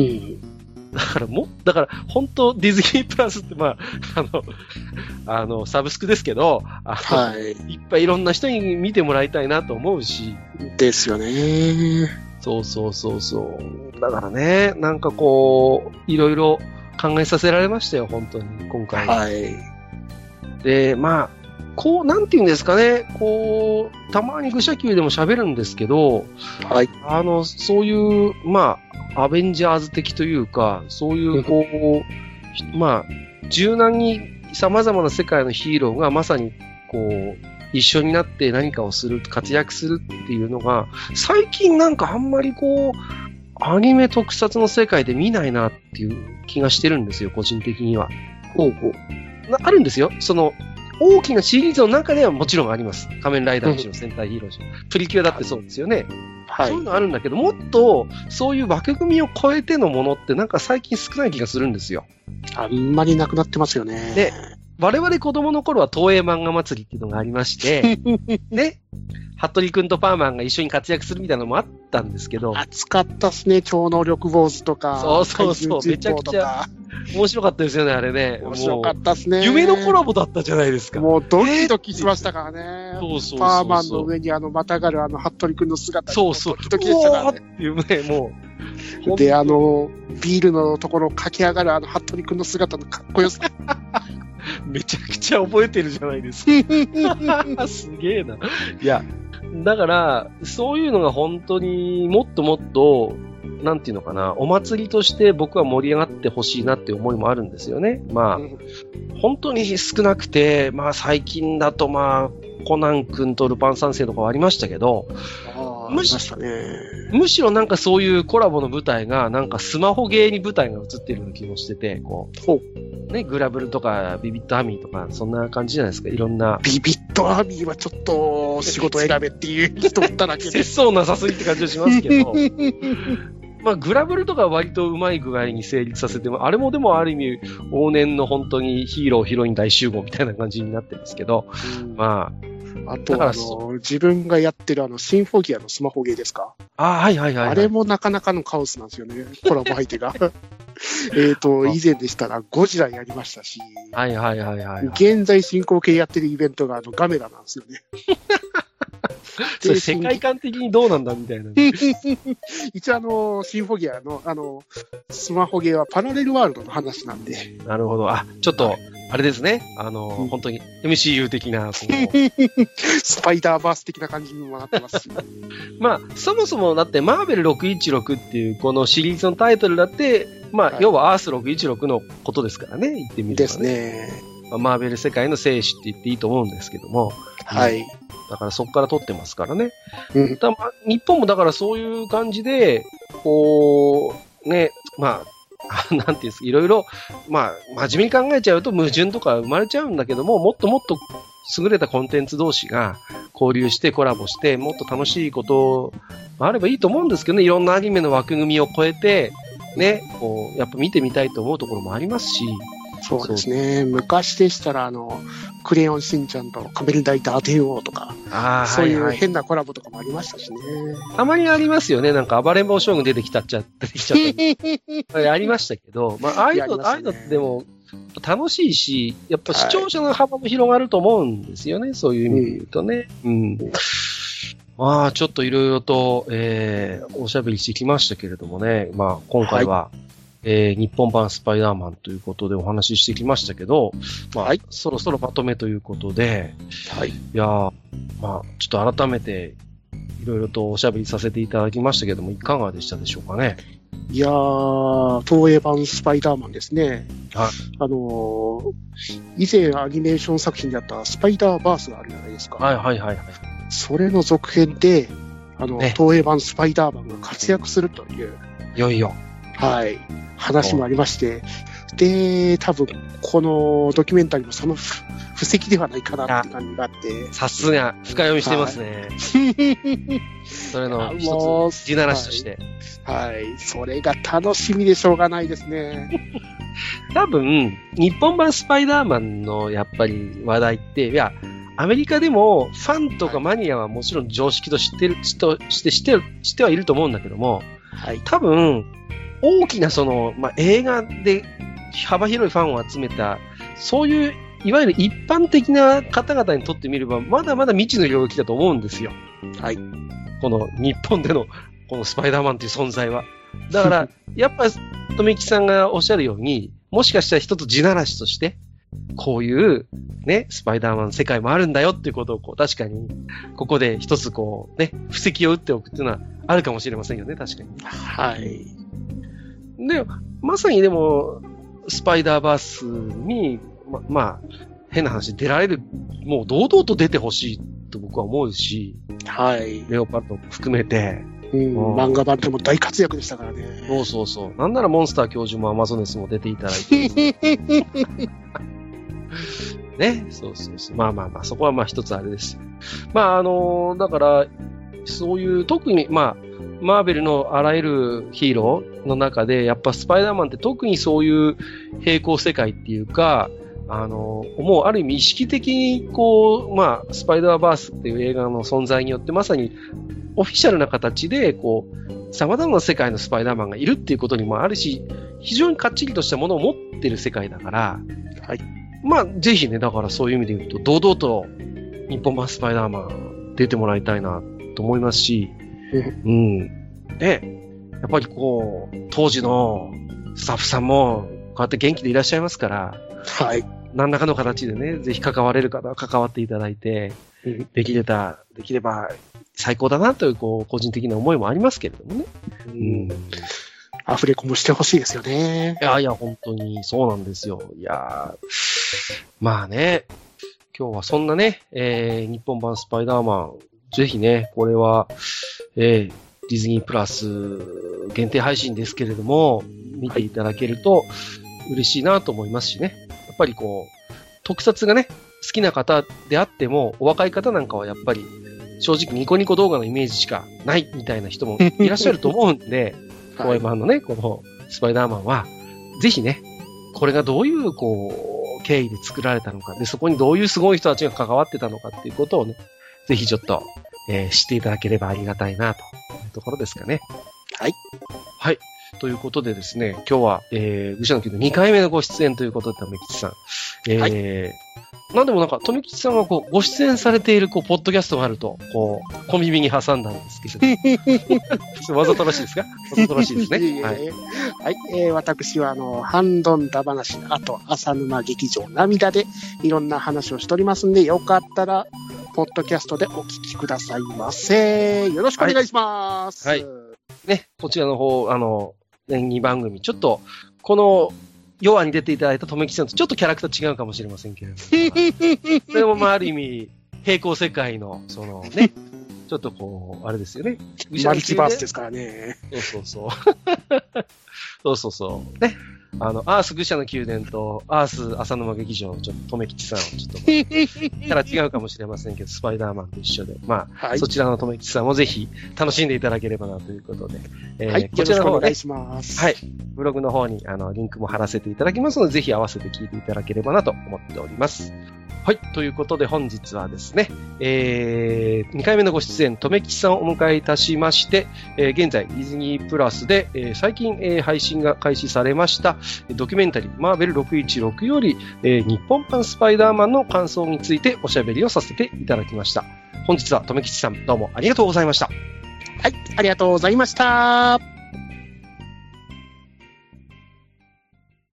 だからも、だから本当ディズニープラスってまあ、あの、あの、サブスクですけど、あの、はい。いっぱいいろんな人に見てもらいたいなと思うし。 ですよね。 そうそうそうそう。だからね、なんかこう、いろいろ考えさせられましたよ、本当に、今回。はい。で、まあ、こう、なんていうんですかね、こう、たまに愚者級でも喋るんですけど、はい。あの、そういう、まあ、アベンジャーズ的というか、そういう、こう、まあ、柔軟に様々な世界のヒーローがまさに、こう、一緒になって何かをする、活躍するっていうのが、最近なんかあんまりこう、アニメ特撮の世界で見ないなっていう気がしてるんですよ、個人的には。ほうほう。あるんですよ。その、 大きなシリーズの中ではもちろんあります。仮面ライダーにしろ、戦隊ヒーローにしろ。プリキュアだってそうですよね。はい。そういうのあるんだけど、もっと、そういう枠組みを超えてのものってなんか最近少ない気がするんですよ。 あんまりなくなってますよね。 で、我々子供の頃は東映漫画祭りっていうのがありまして、ね。服部くんとパーマンが一緒に活躍するみたいなのもあったんですけど。 熱かったっすね、超能力坊主とか。 そうそうそう、めちゃくちゃ面白かったですよね、あれね。 面白かったっすね。 夢のコラボだったじゃないですか。 もうドキドキしましたからね。そうそうそう。パーマンの上にあの、またがるあの、服部くんの姿そうそう。 ドキドキでしたからね。 っていうね、もう。で、あの、ビールのところを駆け上がるあの、服部くんの姿のかっこよさ。 めちゃくちゃ覚えてるじゃないですか。すげえな。いや、だから、そういうのが本当にもっともっと、なんていうのかな、お祭りとして僕は盛り上がってほしいなって思いもあるんですよね。まあ、うん、本当に少なくて、まあ最近だとまあ、コナン君とルパン三世とかはありましたけど、 むし、ね、 むしろなんかそういうコラボの舞台が、なんかスマホゲーに舞台が映ってるような気もしてて、こう、ね、グラブルとかビビットアミーとか、そんな感じじゃないですか、いろんな。 ビビットアミーはちょっと仕事選べっていう人だらけで。 節操なさすぎって感じがしますけど、まあ、グラブルとかは割とうまい具合に成立させても、あれもでもある意味、往年の本当にヒーロー、ヒロイン大集合みたいな感じになってますけど、うん、まあ、あとあの、自分がやってるあの、シンフォギアのスマホゲーですか？ ああ、はいはいはい、はい。 あれもなかなかのカオスなんですよね、コラボ相手が。えっと、以前でしたらゴジラやりましたし、 はいはいはいはい、はい。 現在進行形やってるイベントがあの、ガメラなんですよね。 それ世界観的にどうなんだみたいな。 一応あの、シンフォギアのあの、スマホゲーはパラレルワールドの話なんで。 なるほど。あ、ちょっと、あれですね。あの、うん、本当に エムシーユー 的な、 スパイダーバース的な感じにもなってますし。 まあ、そもそもだってマーベルろくいちろくっていうこのシリーズのタイトルだって、まあ、はい、要はアースろくいちろくのことですからね。言ってみると、ね。 ですね。 まあ、マーベル世界の生死って言っていいと思うんですけども。 はい。 だからそこから撮ってますからね。 うん、 だまあ、日本もだからそういう感じで、こう、ね、まあ、なんていうんですか、いろいろ、まあ、真面目に考えちゃうと矛盾とか生まれちゃうんだけども、もっともっと優れたコンテンツ同士が交流してコラボして、もっと楽しいことがあればいいと思うんですけどね、いろんなアニメの枠組みを超えて、ね、こう、やっぱ見てみたいと思うところもありますし、 そうですね。昔でしたら、あの、クレヨンしんちゃんと仮面ライダー電王とか、あそういう変なコラボとかもありましたしね。 たまにありますよね。なんか暴れん坊将軍出てきたっちゃ、出てきちゃった。ありましたけど、まあ、ああいうの、ね、ああいうのってでも、楽しいし、やっぱ視聴者の幅も広がると思うんですよね。はい、そういう意味で言うとね。うん。うん、まあ、ちょっといろいろと、えー、おしゃべりしてきましたけれどもね。まあ、今回は、はい、えー、日本版スパイダーマンということでお話ししてきましたけど、まあ、はい、そろそろまとめということで、はい。いやー、まあ、ちょっと改めて、いろいろとおしゃべりさせていただきましたけども、いかがでしたでしょうかね。 いやー、東映版スパイダーマンですね。 はい。 あのー、以前アニメーション作品であったスパイダーバースがあるじゃないですか。 はいはいはい、はい。 それの続編で、あの、ね、東映版スパイダーマンが活躍するという。 いよいよ。 はい。話もありまして、で、多分、このドキュメンタリーもその布石ではないかなって感じがあって。 さすが、深読みしてますね。はい、それの一つ、地ならしとして、 はい。はい。それが楽しみでしょうがないですね。 多分、日本版スパイダーマンのやっぱり話題って、いや、アメリカでもファンとかマニアはもちろん常識と知ってる、として知ってる、知ってはいると思うんだけども、はい。多分、大きなその、まあ、映画で幅広いファンを集めた、そういう、いわゆる一般的な方々にとってみれば、まだまだ未知の領域だと思うんですよ。 はい。 この日本での、このスパイダーマンという存在は。だから、やっぱ、富木さんがおっしゃるように、もしかしたら一つ地ならしとして、こういう、ね、スパイダーマンの世界もあるんだよっていうことを、こう、確かに、ここで一つこう、ね、布石を打っておくっていうのはあるかもしれませんよね、確かに。 はい。 で、まさにでも、スパイダーバースに、ま、まあ、変な話出られる、もう堂々と出てほしいと僕は思うし、 はい。 レオパルトも含めて、 うん、漫画版でも大活躍でしたからね。 そうそうそう。なんならモンスター教授もアマゾネスも出ていただいて。 ね。そうそうそう。まあまあまあ、そこはまあ一つあれです。まああのー、だから、そういう特に、まあ、マーベルのあらゆるヒーローの中で、やっぱスパイダーマンって特にそういう平行世界っていうか、あの、もうある意味意識的にこう、まあ、スパイダーバースっていう映画の存在によってまさにオフィシャルな形で、こう、様々な世界のスパイダーマンがいるっていうことにもあるし、非常にかっちりとしたものを持ってる世界だから、はい。まあ、ぜひね、だからそういう意味で言うと、堂々と日本版スパイダーマン出てもらいたいなと思いますし、うん。で、やっぱりこう、当時のスタッフさんも、こうやって元気でいらっしゃいますから、はい。何らかの形でね、ぜひ関われる方は関わっていただいて、うん、できれば、できれば最高だなという、こう、個人的な思いもありますけれどもね。うん。 アフレコもしてほしいですよね。 いやいや、本当にそうなんですよ。いやまあね、今日はそんなね、えー、日本版スパイダーマン、ぜひね、これは、えー、ディズニープラス限定配信ですけれども、見ていただけると嬉しいなと思いますしね。やっぱりこう、特撮がね、好きな方であっても、お若い方なんかはやっぱり、正直ニコニコ動画のイメージしかないみたいな人もいらっしゃると思うんで、東映版のね、このスパイダーマンは、ぜひね、これがどういう、こう、経緯で作られたのか、で、そこにどういうすごい人たちが関わってたのかっていうことをね、ぜひちょっと、えー、知っていただければありがたいな、というところですかね。はい。はい。ということでですね、今日は、えー、愚者の宮のにかいめのご出演ということで、とめきちさん。えー、はいなんでもなんか、とめきちさんはこう、ご出演されている、こう、ポッドキャストがあると、こう、小耳に挟んだんですけど。わざとらしいですかわざとらしいですね。はい。 はい。えー、私は、あの、ハンドンダ話、あと、浅沼劇場涙で、いろんな話をしておりますんで、よかったら、ポッドキャストでお聞きくださいませ。よろしくお願いします。はい。はい、 ね、こちらの方、あの、にばん組、ちょっと、この、ヨアに出ていただいたとめきちさんとちょっとキャラクター違うかもしれませんけれども。それもまあある意味、平行世界の、そのね、ちょっとこう、あれですよね。 マルチバースですからね。 そうそうそう。そうそうそう。ね。あの、アース愚者の宮殿と、アース浅沼劇場のちょっととめきちさんをちょっと、キャラ違うかもしれませんけど、スパイダーマンと一緒で、まあ、はい、そちらのとめきちさんもぜひ楽しんでいただければなということで、 えー、はい、こちらの方、ね、お願いします。 はい。ブログの方に、あの、リンクも貼らせていただきますので、ぜひ合わせて聞いていただければなと思っております。はい。ということで本日はですね、えー、にかいめのご出演、とめきちさんをお迎えいたしまして、えー、現在ディズニープラスで、えー、最近、えー、配信が開始されましたドキュメンタリーマーベルろくいちろくより、えー、日本版スパイダーマンの感想についておしゃべりをさせていただきました。本日はとめきちさんどうもありがとうございました。 はい、ありがとうございました。